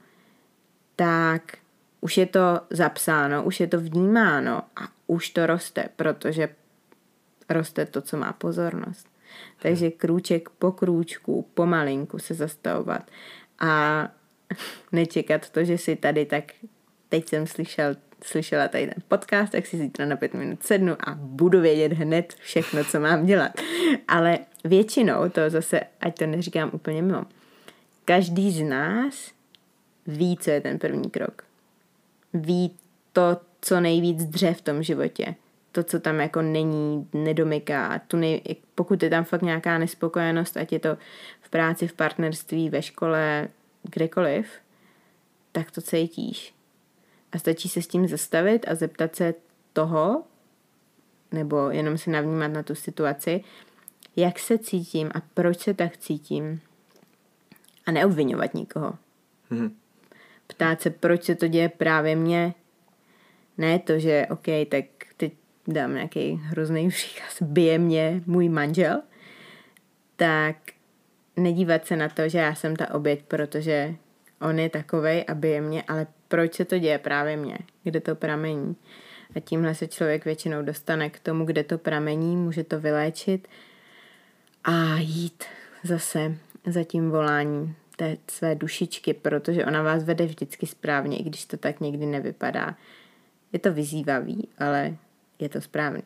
tak už je to zapsáno, už je to vnímáno a už to roste, protože roste to, co má pozornost. Takže krůček po krůčku, pomalinku se zastavovat a nečekat to, že si tady tak teď jsem slyšela tady ten podcast, tak si zítra na 5 minut sednu a budu vědět hned všechno, co mám dělat. Ale většinou, to zase, ať to neříkám úplně mimo, každý z nás ví, co je ten první krok. Ví to, co nejvíc dře v tom životě. To, co tam jako není, nedomyká. Pokud je tam fakt nějaká nespokojenost, ať je to v práci, v partnerství, ve škole, kdekoliv, tak to cítíš. A stačí se s tím zastavit a zeptat se toho, nebo jenom se navnímat na tu situaci, jak se cítím a proč se tak cítím. A neobvinovat nikoho. Ptát se, proč se to děje právě mně. Ne to, že OK, tak teď dám nějaký hrozný příklad, bije mě můj manžel, tak nedívat se na to, že já jsem ta oběť, protože on je takovej a bije mě, ale proč se to děje právě mně, kde to pramení. A tímhle se člověk většinou dostane k tomu, kde to pramení, může to vyléčit a jít zase za tím voláním té své dušičky, protože ona vás vede vždycky správně, i když to tak někdy nevypadá. Je to vyzývavý, ale je to správně.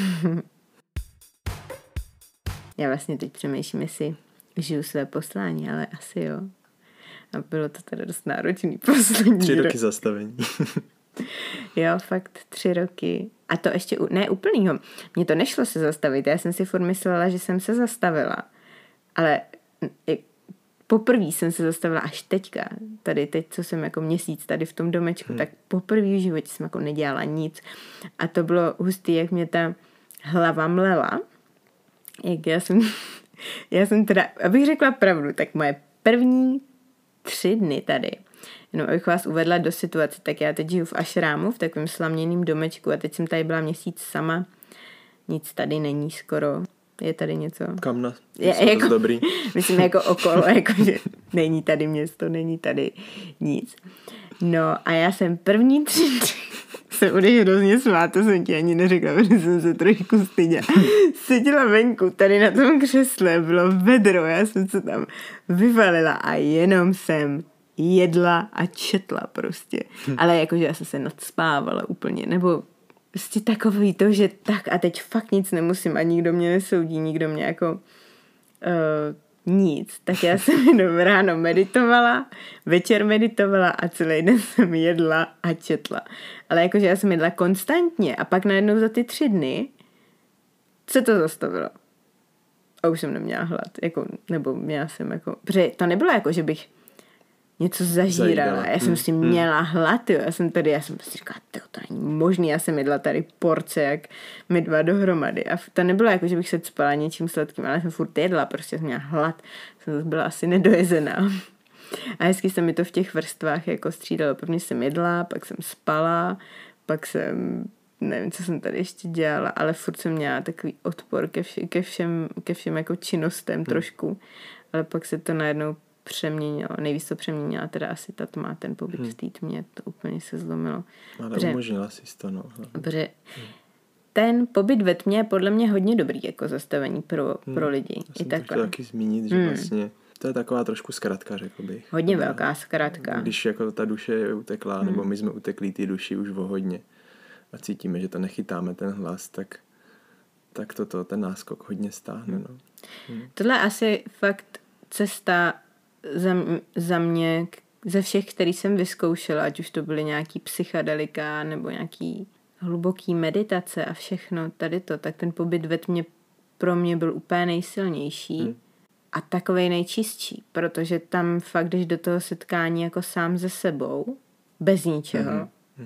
Já vlastně teď přemýšlím, jestli žiju své poslání, ale asi jo. A bylo to teda dost náročný poslední 3 roky zastavení. Jo, fakt 3 roky. A to ještě ne úplnýho. Mně to nešlo se zastavit. Já jsem si furt myslela, že jsem se zastavila. Ale poprvé jsem se zastavila až teďka. Tady teď, co jsem jako měsíc tady v tom domečku, tak poprvé v životě jsem jako nedělala nic. A to bylo hustý, jak mě ta hlava mlela. Jak já jsem teda, abych řekla pravdu, tak moje první 3 dny tady, jenom abych vás uvedla do situace, tak já teď žiju v ašrámu, v takovém slaměném domečku a teď jsem tady byla měsíc sama. Nic tady není skoro. Je tady něco? Kamna. Je jako, dobrý. Myslím jako okolo, jakože není tady město, není tady nic. No a já jsem první 3 dny se budeš hrozně smát, to jsem ti ani neřekla, protože jsem se trošku styděla. Seděla venku, tady na tom křesle, bylo vedro, já jsem se tam vyvalila a jenom jsem jedla a četla prostě. Ale jakože já jsem se nadspávala úplně, nebo prostě takový to, že tak a teď fakt nic nemusím a nikdo mě nesoudí, nikdo mě jako nic. Tak já jsem jenom ráno meditovala, večer meditovala a celý den jsem jedla a četla. Ale jakože já jsem jedla konstantně a pak najednou za ty 3 dny se to zastavilo. A už jsem neměla hlad. Jako, nebo měla jsem jako... Protože to nebylo jako, že bych něco zažírala. Já jsem si měla hlad, jo. Já jsem si říkala, to není možný. Já jsem jedla tady porce, jak my 2 dohromady. A to nebylo jako, že bych se cpala něčím sladkým, ale jsem furt jedla, prostě jsem měla hlad. Jsem byla asi nedojezená. A hezky se mi to v těch vrstvách jako střídalo. Prvně jsem jedla, pak jsem spala, pak jsem, nevím, co jsem tady ještě dělala, ale furt jsem měla takový odpor ke všem jako činnostem trošku. Ale pak se to najednou přeměnilo. Nejvíc to přeměnila teda asi ta tma, ten pobyt v té tmě, to úplně se zlomilo. Ale umožnila jsi to, no. Ten pobyt ve tmě je podle mě hodně dobrý jako zastavení pro lidi. Já jsem to chtěl taky zmínit, že vlastně to je taková trošku zkratka, řekl bych. Hodně velká zkratka. Když jako ta duše je utekla, nebo my jsme utekli ty duši už o hodně a cítíme, že to nechytáme ten hlas, tak ten náskok hodně stáhne. No. Tohle asi fakt cesta za mě, ze všech, který jsem vyzkoušela, ať už to byly nějaký psychedelika nebo nějaký hluboký meditace a všechno tady to, tak ten pobyt ve tmě pro mě byl úplně nejsilnější a takovej nejčistší, protože tam fakt jdeš do toho setkání jako sám se sebou, bez ničeho.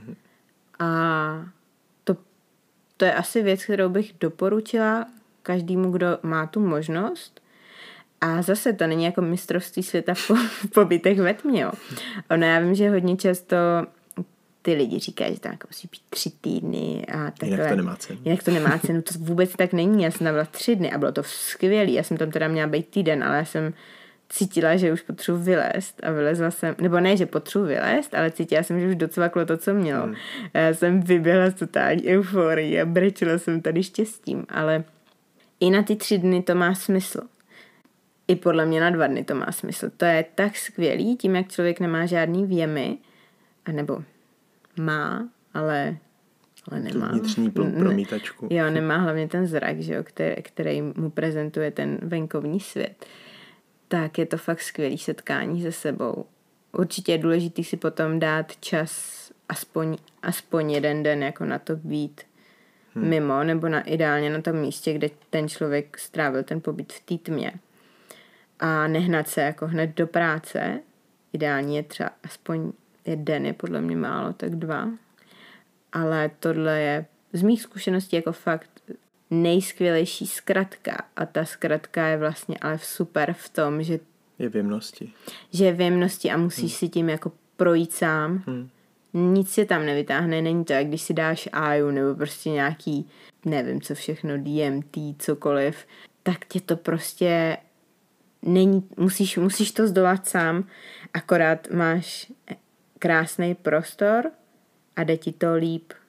A to je asi věc, kterou bych doporučila každému, kdo má tu možnost. A zase to není jako mistrovství světa v pobytech ve tmě. Jo. Ono, já vím, že hodně často ty lidi říkají, že to jako musí být 3 týdny a takhle. Jinak to nemá cenu. Jinak to nemá cenu, to vůbec tak není. Já jsem tam byla 3 dny a bylo to skvělý. Já jsem tam teda měla být týden, ale já jsem cítila, že už potřebuji vylézt a vylezla jsem, nebo ne, že potřebuji vylézt, ale cítila jsem, že už docvaklo to, co mělo. Já jsem vyběhla z totální euforii a brečela jsem tady štěstím, ale i na ty 3 dny to má smysl. I podle mě na 2 dny to má smysl. To je tak skvělý, tím, jak člověk nemá žádný věmy, anebo má, ale nemá. Vnitřní promítačku. Jo, nemá hlavně ten zrak, že jo, který mu prezentuje ten venkovní svět. Tak je to fakt skvělý setkání se sebou. Určitě je důležitý si potom dát čas aspoň 1 den jako na to být mimo, nebo ideálně na tom místě, kde ten člověk strávil ten pobyt v té tmě. A nehnat se jako hned do práce. Ideálně je třeba aspoň 1 je podle mě málo, tak 2. Ale tohle je z mých zkušeností jako fakt nejskvělejší zkratka. A ta zkratka je vlastně ale super v tom, že je v jemnosti. Že je v jemnosti a musíš si tím jako projít sám. Nic se tam nevytáhne, není to, jak když si dáš áju nebo prostě nějaký, nevím co všechno, DMT, cokoliv, tak tě to prostě není, musíš to zdolat sám, akorát máš krásný prostor a jde ti to líp,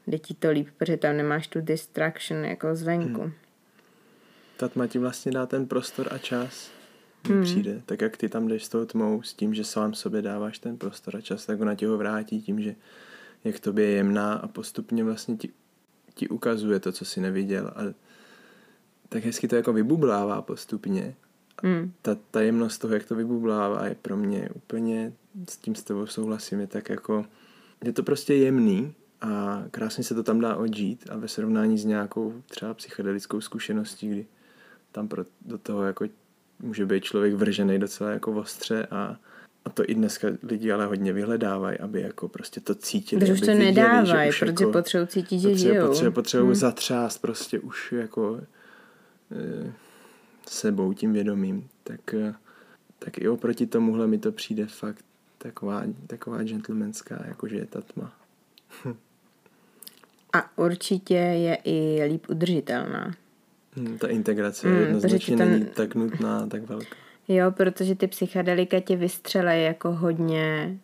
jde ti to líp, protože tam nemáš tu distraction jako zvenku. Ta tma ti vlastně dá ten prostor a čas, přijde. Tak jak ty tam jdeš s tou tmou, s tím, že sám sobě dáváš ten prostor a čas, tak ona ti ho vrátí tím, že je k tobě jemná a postupně vlastně ti ukazuje to, co jsi neviděl. A tak hezky to jako vybublává postupně. Ta jemnost toho, jak to vybublává, je pro mě úplně, s tím s tebou souhlasím, je tak jako, je to prostě jemný a krásně se to tam dá odžít a ve srovnání s nějakou třeba psychedelickou zkušeností, kdy tam do toho jako může být člověk vržený docela jako ostře a to i dneska lidi ale hodně vyhledávají, aby jako prostě to cítili. Když už to nedávají, protože jako potřebují cítit, že žijou. Potřebují zatřást prostě už jako sebou, tím vědomím. Tak i oproti tomuhle mi to přijde fakt taková gentlemanská, jakože je ta tma. A určitě je i líp udržitelná. Ta integrace jednoznačně není tak nutná, tak velká. Jo, protože ty psychedelika tě vystřelejí jako hodně,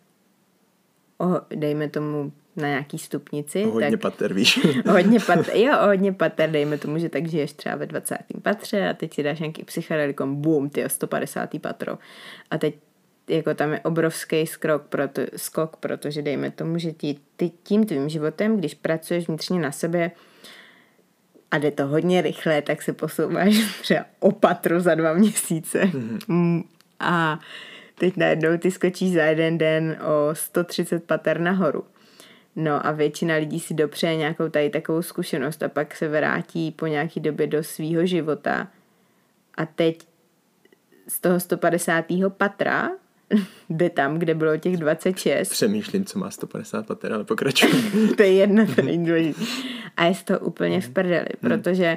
dejme tomu na nějaký stupnici. Hodně pater, víš. Hodně pater, dejme tomu, že tak žiješ třeba ve 20. patře a teď si dáš nějaký psychedelikom, boom, 150. patro. A teď jako tam je obrovský skok, protože dejme tomu, že ty tím tvým životem, když pracuješ vnitřně na sebe a jde to hodně rychle, tak se posouváš třeba o patru za 2 měsíce. A teď najednou ty skočíš za jeden den o 130 pater nahoru. No a většina lidí si dopřeje nějakou tady takovou zkušenost a pak se vrátí po nějaký době do svýho života a teď z toho 150. patra jde tam, kde bylo těch 26. Přemýšlím, co má 150 pater, ale pokračuj. To je jedno, to není důležité. A je to úplně v prdeli, protože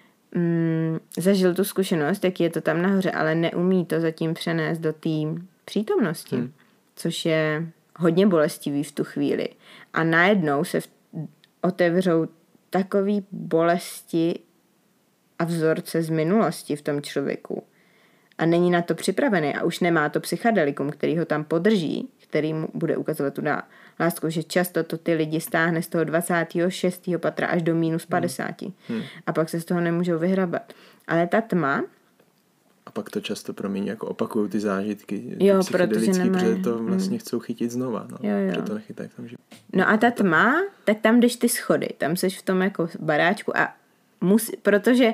zažil tu zkušenost, jak je to tam nahoře, ale neumí to zatím přenést do té přítomnosti, což je hodně bolestivý v tu chvíli. A najednou se otevřou takový bolesti a vzorce z minulosti v tom člověku. A není na to připravený a už nemá to psychedelikum, který ho tam podrží, který mu bude ukazovat tu lásku, že často to ty lidi stáhne z toho 26. patra až do minus 50. A pak se z toho nemůžou vyhrabat. Ale ta tma... A pak to často promění, jako opakují ty zážitky psychedelický, protože to vlastně chcou chytit znova. No, protože to nechytají v tom životě. No a ta tma, tak tam jdeš ty schody, tam seš v tom jako baráčku a protože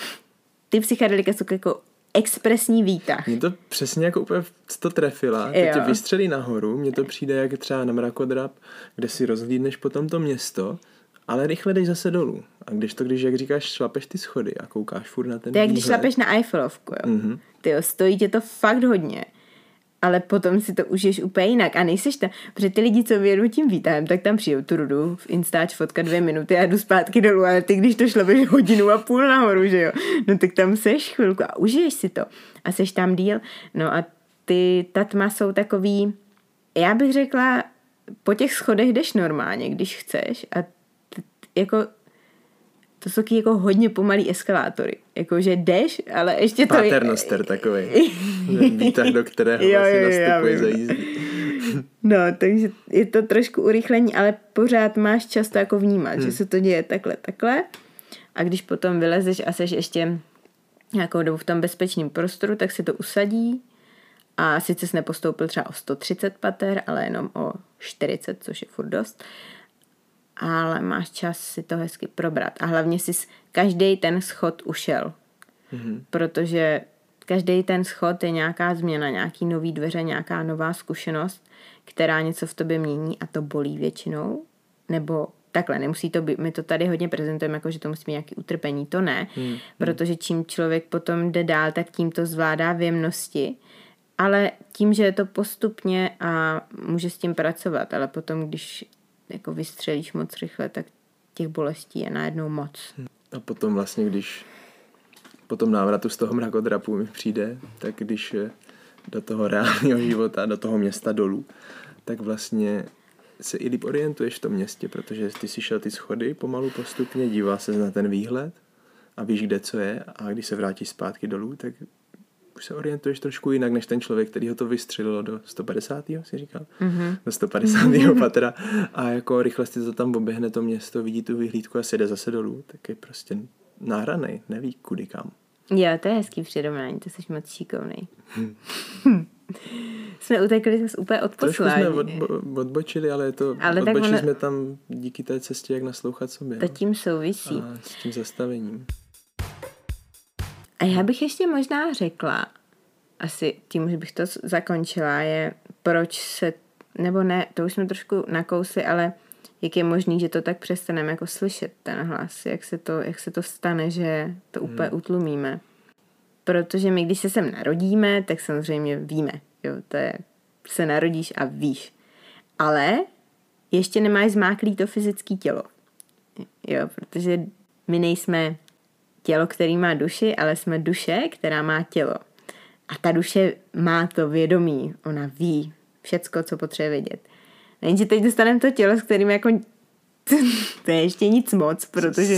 ty psychedelika jsou jako expresní výtah. Mě to přesně jako úplně to trefila. To tě vystřelí nahoru. Mně to přijde jak třeba na mrakodrap, kde si rozhlídneš potom to město, ale rychle jdeš zase dolů. A když, jak říkáš, šlapeš ty schody a koukáš furt na ten výhled. To je, když šlapeš na Eiffelovku, jo. Mm-hmm. Tyjo, stojí tě to fakt hodně. Ale potom si to užiješ úplně jinak a nejseš tam, protože ty lidi, co vyjedou tím výtahem, tak tam přijou tu rudu v Instač fotka 2 minuty a jdu zpátky dolů, ale ty, když to šlapeš 1,5 hodiny nahoru, že jo, no tak tam seš chvilku a užiješ si to a seš tam díl. No a ta tma jsou takový, já bych řekla, po těch schodech jdeš normálně, když chceš a jako to jsou jako hodně pomalý eskalátory. Jakože jdeš, ale ještě to... Paternoster takový. Výtah, do kterého vlastně nastupuje za jízdy. No, takže je to trošku urychlení, ale pořád máš čas to jako vnímat, že se to děje takhle. A když potom vylezeš a seš ještě nějakou dobu v tom bezpečném prostoru, tak se to usadí a sice jsi nepostoupil třeba o 130 pater, ale jenom o 40, což je furt dost. Ale máš čas si to hezky probrat. A hlavně si každý ten schod ušel. Protože každý ten schod je nějaká změna, nějaký nový dveře, nějaká nová zkušenost, která něco v tobě mění a to bolí většinou. Nebo takhle, nemusí to být, my to tady hodně prezentujeme, jako že to musí mít nějaké utrpení, to ne. Protože čím člověk potom jde dál, tak tím to zvládá v jemnosti. Ale tím, že je to postupně a může s tím pracovat, ale potom, když jako vystřelíš moc rychle, tak těch bolestí je najednou moc. A potom vlastně, když po tom návratu z toho mrakodrapu mi přijde, tak když do toho reálného života, do toho města dolů, tak vlastně se i líp orientuješ v tom městě, protože ty si šel ty schody pomalu postupně, díval se na ten výhled a víš, kde co je a když se vrátíš zpátky dolů, tak už se orientuješ trošku jinak, než ten člověk, který ho to vystřelilo do 150. si říkal? Do 150. patra a jako rychle si to tam oběhne to město, vidí tu vyhlídku a sjede zase dolů, tak je prostě náhranej, neví kudy kam. Jo, to je hezký přirovnání, to jsi moc šikovnej. Jsme utekli zase úplně od poslání. Trošku jsme odbočili, ale odbočili jsme tam díky té cestě, jak naslouchat sobě. To tím souvisí. A s tím zastavením. A já bych ještě možná řekla, asi tím, že bych to zakončila, je proč se, nebo ne, to už jsme trošku nakousli, ale jak je možný, že to tak přestaneme jako slyšet ten hlas, jak se to stane, že to úplně utlumíme. Protože my, když se sem narodíme, tak samozřejmě víme, jo, to je, se narodíš a víš. Ale ještě nemáš zmáklý to fyzické tělo. Jo, protože my nejsme tělo, který má duši, ale jsme duše, která má tělo. A ta duše má to vědomí, ona ví všecko, co potřebuje vědět. Jenže teď dostaneme to tělo, s kterým jako to je ještě nic moc, protože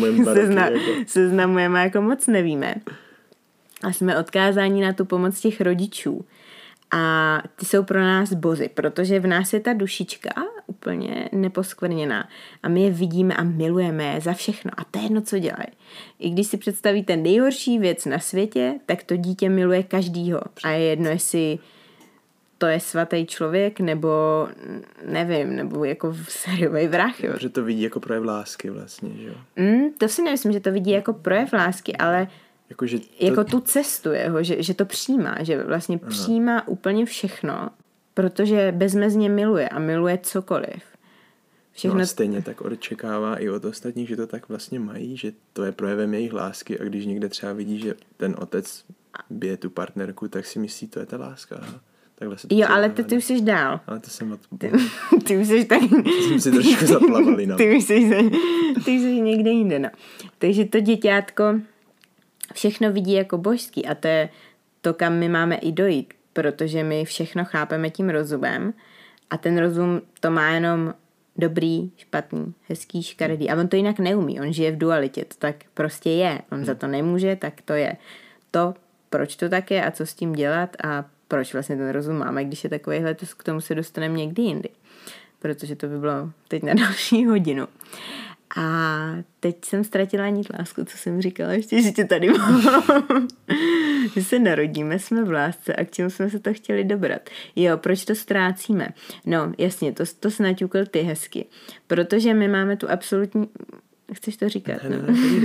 seznamujeme jako moc nevíme. A jsme odkázáni na tu pomoc těch rodičů. A ty jsou pro nás bozy, protože v nás je ta dušička úplně neposkvrněná. A my je vidíme a milujeme je za všechno. A to je jedno, co dělají. I když si představíte nejhorší věc na světě, tak to dítě miluje každýho. A je jedno, jestli to je svatý člověk, nebo nevím, nebo jako sériový vrah. Jo. Že to vidí jako projev lásky vlastně, že jo? To si nemyslím, že to vidí jako projev lásky, ale jako tu cestu jeho, že to přijímá, že vlastně přijímá úplně všechno, protože bezmezně miluje a miluje cokoliv. Všechno... No a stejně tak očekává i od ostatních, že to tak vlastně mají, že to je projevem jejich lásky a když někde třeba vidí, že ten otec bije tu partnerku, tak si myslí, to je ta láska. Takhle se to ale ty už jsi dál. Ale to jsem ty už jsi tak... Jsem si trošku zaplavali. No. Ty už jsi někde jinde. No. Takže to děťátko všechno vidí jako božský a to je to, kam my máme i dojít, protože my všechno chápeme tím rozumem a ten rozum to má jenom dobrý, špatný, hezký, škaredý. A on to jinak neumí, on žije v dualitě, to tak prostě je. On za to nemůže, tak to je. To, proč to tak je a co s tím dělat a proč vlastně ten rozum máme, když je takovýhle, to k tomu se dostaneme někdy jindy. Protože to by bylo teď na další hodinu. A teď jsem ztratila nit lásku, co jsem říkala, ještě, že tě tady mám. Že se narodíme, jsme v lásce a k čemu jsme se to chtěli dobrat. Jo, proč to ztrácíme? No, jasně, to jsi naťukl ty hezky. Protože my máme tu absolutní... Chceš to říkat? Ne.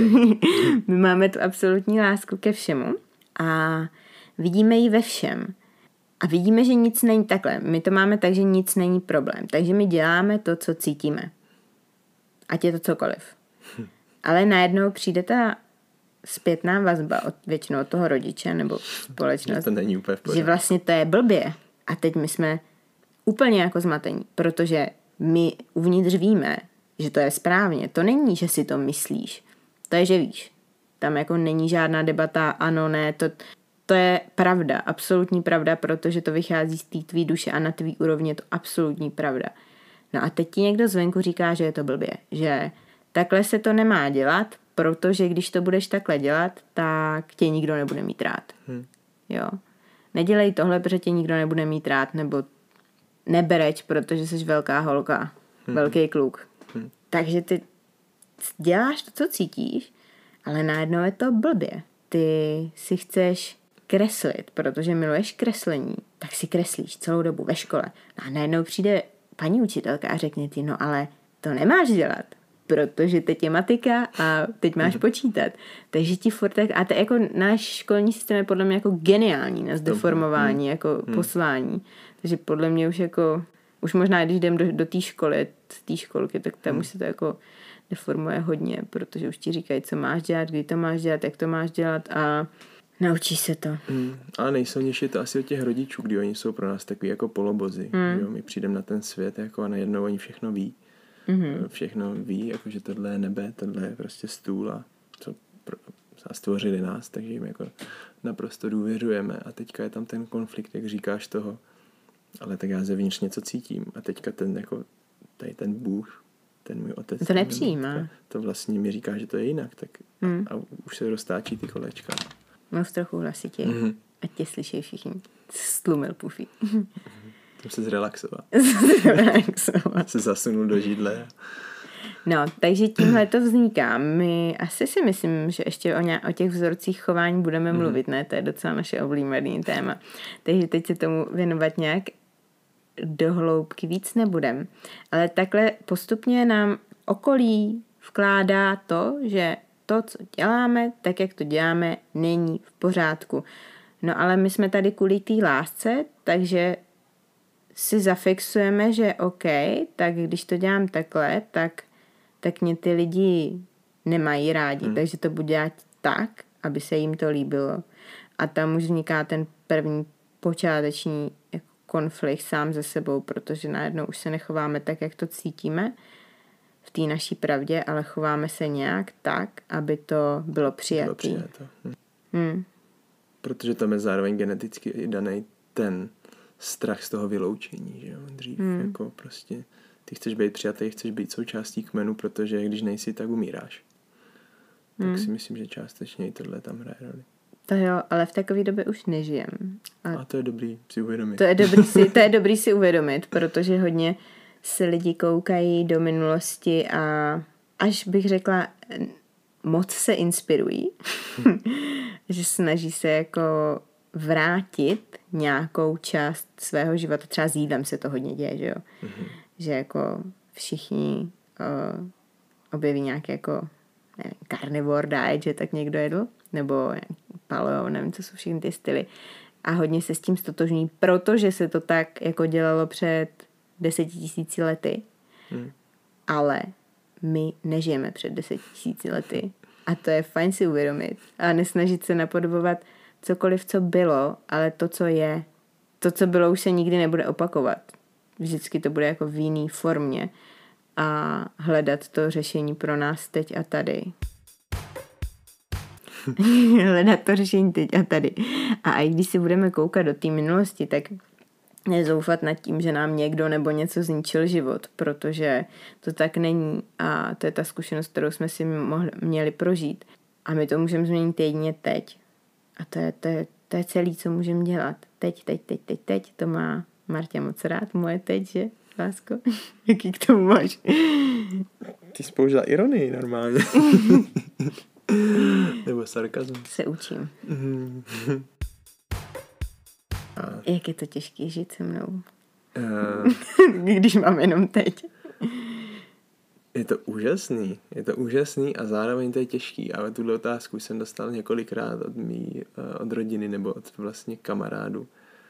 My máme tu absolutní lásku ke všemu a vidíme ji ve všem. A vidíme, že nic není takhle. My to máme tak, že nic není problém. Takže my děláme to, co cítíme. Ať je to cokoliv. Ale najednou přijde ta zpětná vazba většinou od toho rodiče nebo společnost, to není úplně v pořádku. Že vlastně to je blbě. A teď my jsme úplně jako zmatení, protože my uvnitř víme, že to je správně. To není, že si to myslíš. To je, že víš. Tam jako není žádná debata, ano, ne, to je pravda, absolutní pravda, protože to vychází z té tvý duše a na tvý úrovni je to absolutní pravda. No a teď ti někdo zvenku říká, že je to blbě, že takhle se to nemá dělat, protože když to budeš takhle dělat, tak tě nikdo nebude mít rád. Jo. Nedělej tohle, protože tě nikdo nebude mít rád, nebo nebereč, protože jsi velká holka, velký kluk. Takže ty děláš to, co cítíš, ale najednou je to blbě. Ty si chceš kreslit, protože miluješ kreslení, tak si kreslíš celou dobu ve škole. A najednou přijde paní učitelka a řekne ti, no ale to nemáš dělat, protože teď je matika a teď máš počítat. Takže ti furt tak, a to jako náš školní systém je podle mě jako geniální na zdeformování, jako poslání. Takže podle mě už jako, už možná, když jdem do té školy, z té školky, tak tam už se to jako deformuje hodně, protože už ti říkají, co máš dělat, kdy to máš dělat, jak to máš dělat a naučíš se to. Ale nejsilnější je to asi od těch rodičů, kdy oni jsou pro nás takový jako polobozy. Jo? My přijdeme na ten svět jako a najednou oni všechno ví. Všechno ví, jako že tohle je nebe, tohle je prostě stůl a co stvořili nás, takže jim jako naprosto důvěřujeme a teďka je tam ten konflikt, jak říkáš toho, ale tak já zevnitř něco cítím a teďka ten jako tady ten Bůh, ten můj otec. To nepřijímá. To vlastně mi říká, že to je jinak, tak a už se roztáčí ty kolečka. Mluv trochu hlasitěji. ať tě slyší všichni. Stlumil Puffy. Jsem se zrelaxoval. Zrelaxoval. Se zasunul do židle. No, takže tímhle to vzniká. My asi si myslím, že ještě o těch vzorcích chování budeme mluvit, ne? To je docela naše oblíbený téma. Takže teď se tomu věnovat nějak do hloubky víc nebudem. Ale takhle postupně nám okolí vkládá to, že to, co děláme, tak jak to děláme, není v pořádku. No ale my jsme tady kvůli té lásce, takže si zafixujeme, že OK, tak když to dělám takhle, tak mě ty lidi nemají rádi, takže to budu dělat tak, aby se jim to líbilo. A tam už vzniká ten první počáteční jako konflikt sám ze sebou, protože najednou už se nechováme tak, jak to cítíme v té naší pravdě, ale chováme se nějak tak, aby to bylo přijaté. Protože tam je zároveň geneticky i daný ten strach z toho vyloučení, že jo, dřív, jako prostě ty chceš být přijatý, chceš být součástí kmenu, protože když nejsi, tak umíráš. Tak si myslím, že částečně i tohle tam hraje roli. To jo, ale v takové době už nežijem. A to je dobrý si uvědomit. To je dobrý si uvědomit, protože hodně se lidi koukají do minulosti a až bych řekla, moc se inspirují, že snaží se jako vrátit nějakou část svého života. Třeba s jídlem se to hodně děje, že jo? Že jako všichni objeví nějaký jako carnivore diet, že tak někdo jedl, nebo paleo, nevím, co jsou všechny ty styly. A hodně se s tím stotožní, protože se to tak jako dělalo před 10 000 lety. Ale my nežijeme před 10 000 lety. A to je fajn si uvědomit. A nesnažit se napodobovat cokoliv, co bylo, ale to, co je. To, co bylo, už se nikdy nebude opakovat. Vždycky to bude jako v jiný formě. A hledat to řešení pro nás teď a tady. Hledat to řešení teď a tady. A i když si budeme koukat do té minulosti, tak nezoufat nad tím, že nám někdo nebo něco zničil život, protože to tak není a to je ta zkušenost, kterou jsme si měli prožít. A my to můžeme změnit jedině teď. A to je celý, co můžeme dělat. Teď. To má Martě moc rád, moje teď, že? Lásko? Jaký k tomu máš? Ty jsi použila ironii normálně. Nebo sarkazm. Se učím. Jak je to těžký žít se mnou? Když mám jenom teď. Je to úžasný a zároveň to je těžký, ale tuhle otázku jsem dostal několikrát od rodiny nebo od vlastně kamarádů.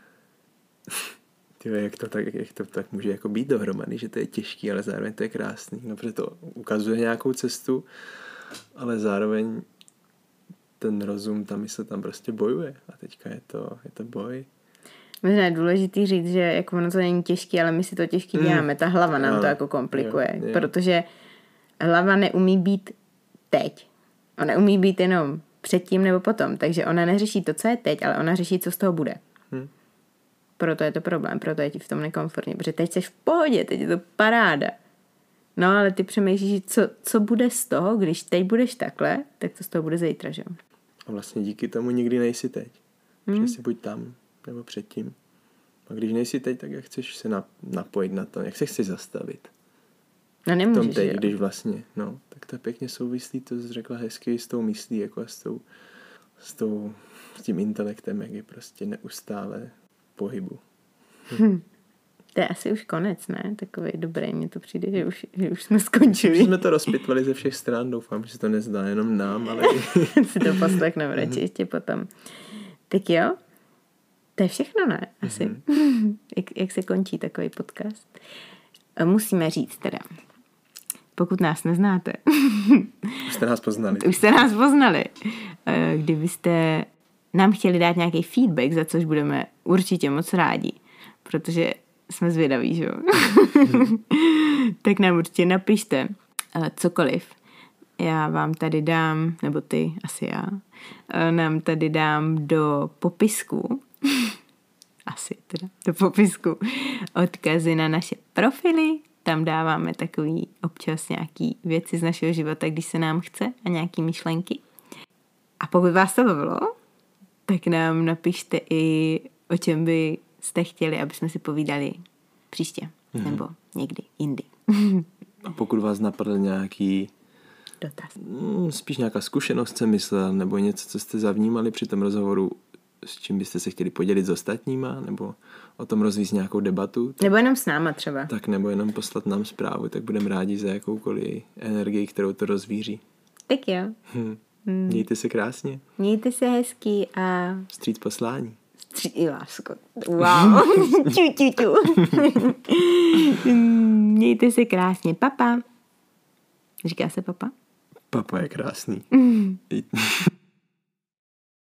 Jak to tak může jako být dohromady, že to je těžký, ale zároveň to je krásný. No, protože to ukazuje nějakou cestu, ale zároveň ten rozum, ta mysl tam prostě bojuje. A teďka je to boj. Možná je důležitý říct, že jako ono to není těžký, ale my si to těžký děláme. Ta hlava nám to jako komplikuje. Jo. Protože hlava neumí být teď. Ona umí být jenom předtím nebo potom. Takže ona neřeší to, co je teď, ale ona řeší, co z toho bude. Proto je to problém, proto je ti v tom nekomfortně. Protože teď jsi v pohodě, teď je to paráda. No ale ty přemýšlíš, co bude z toho, když teď budeš takhle, tak to z toho bude zítra, že jo? A vlastně díky tomu nikdy nejsi teď. Že si buď tam, nebo předtím. A když nejsi teď, tak jak chceš se napojit na to, jak se chceš zastavit. No nemůžeš, teď, když vlastně, no, tak to je pěkně souvislí, to jsi řekla hezky s tou myslí, jako a s tím intelektem, jak je prostě neustále pohybu. To je asi už konec, ne? Takový dobrý, mně to přijde, že už jsme skončili. Už jsme to rozpitvali ze všech stran, doufám, že se to nezdá jenom nám, ale si to poslechneme radši ještě potom. Tak jo, to je všechno, ne? Asi. Jak se končí takový podcast? Musíme říct teda, pokud nás neznáte. Už jste nás poznali. Už jste nás poznali. Kdybyste nám chtěli dát nějaký feedback, za což budeme určitě moc rádi, protože jsme zvědaví, že jo? Tak nám určitě napište cokoliv. Já vám tady dám, nebo ty, asi já, nám tady dám do popisku, asi teda, do popisku odkazy na naše profily. Tam dáváme takový občas nějaký věci z našeho života, když se nám chce a nějaký myšlenky. A pokud vás to bavilo, tak nám napište i, o čem by jste chtěli, aby jsme si povídali příště. Nebo někdy jindy. A pokud vás napadl nějaký dotaz. Spíš nějaká zkušenost jsem myslel, nebo něco, co jste zavnímali při tom rozhovoru, s čím byste se chtěli podělit s ostatníma, nebo o tom rozvíjet nějakou debatu. Tak, nebo jenom s náma třeba. Tak nebo jenom poslat nám zprávu, tak budeme rádi za jakoukoliv energii, kterou to rozvíří. Tak jo. Mějte se krásně. Mějte se hezký a... Vstříc poslání. I lásko. Wow. Ču. Mějte se krásně. Papa. Říká se papa? Papa je krásný.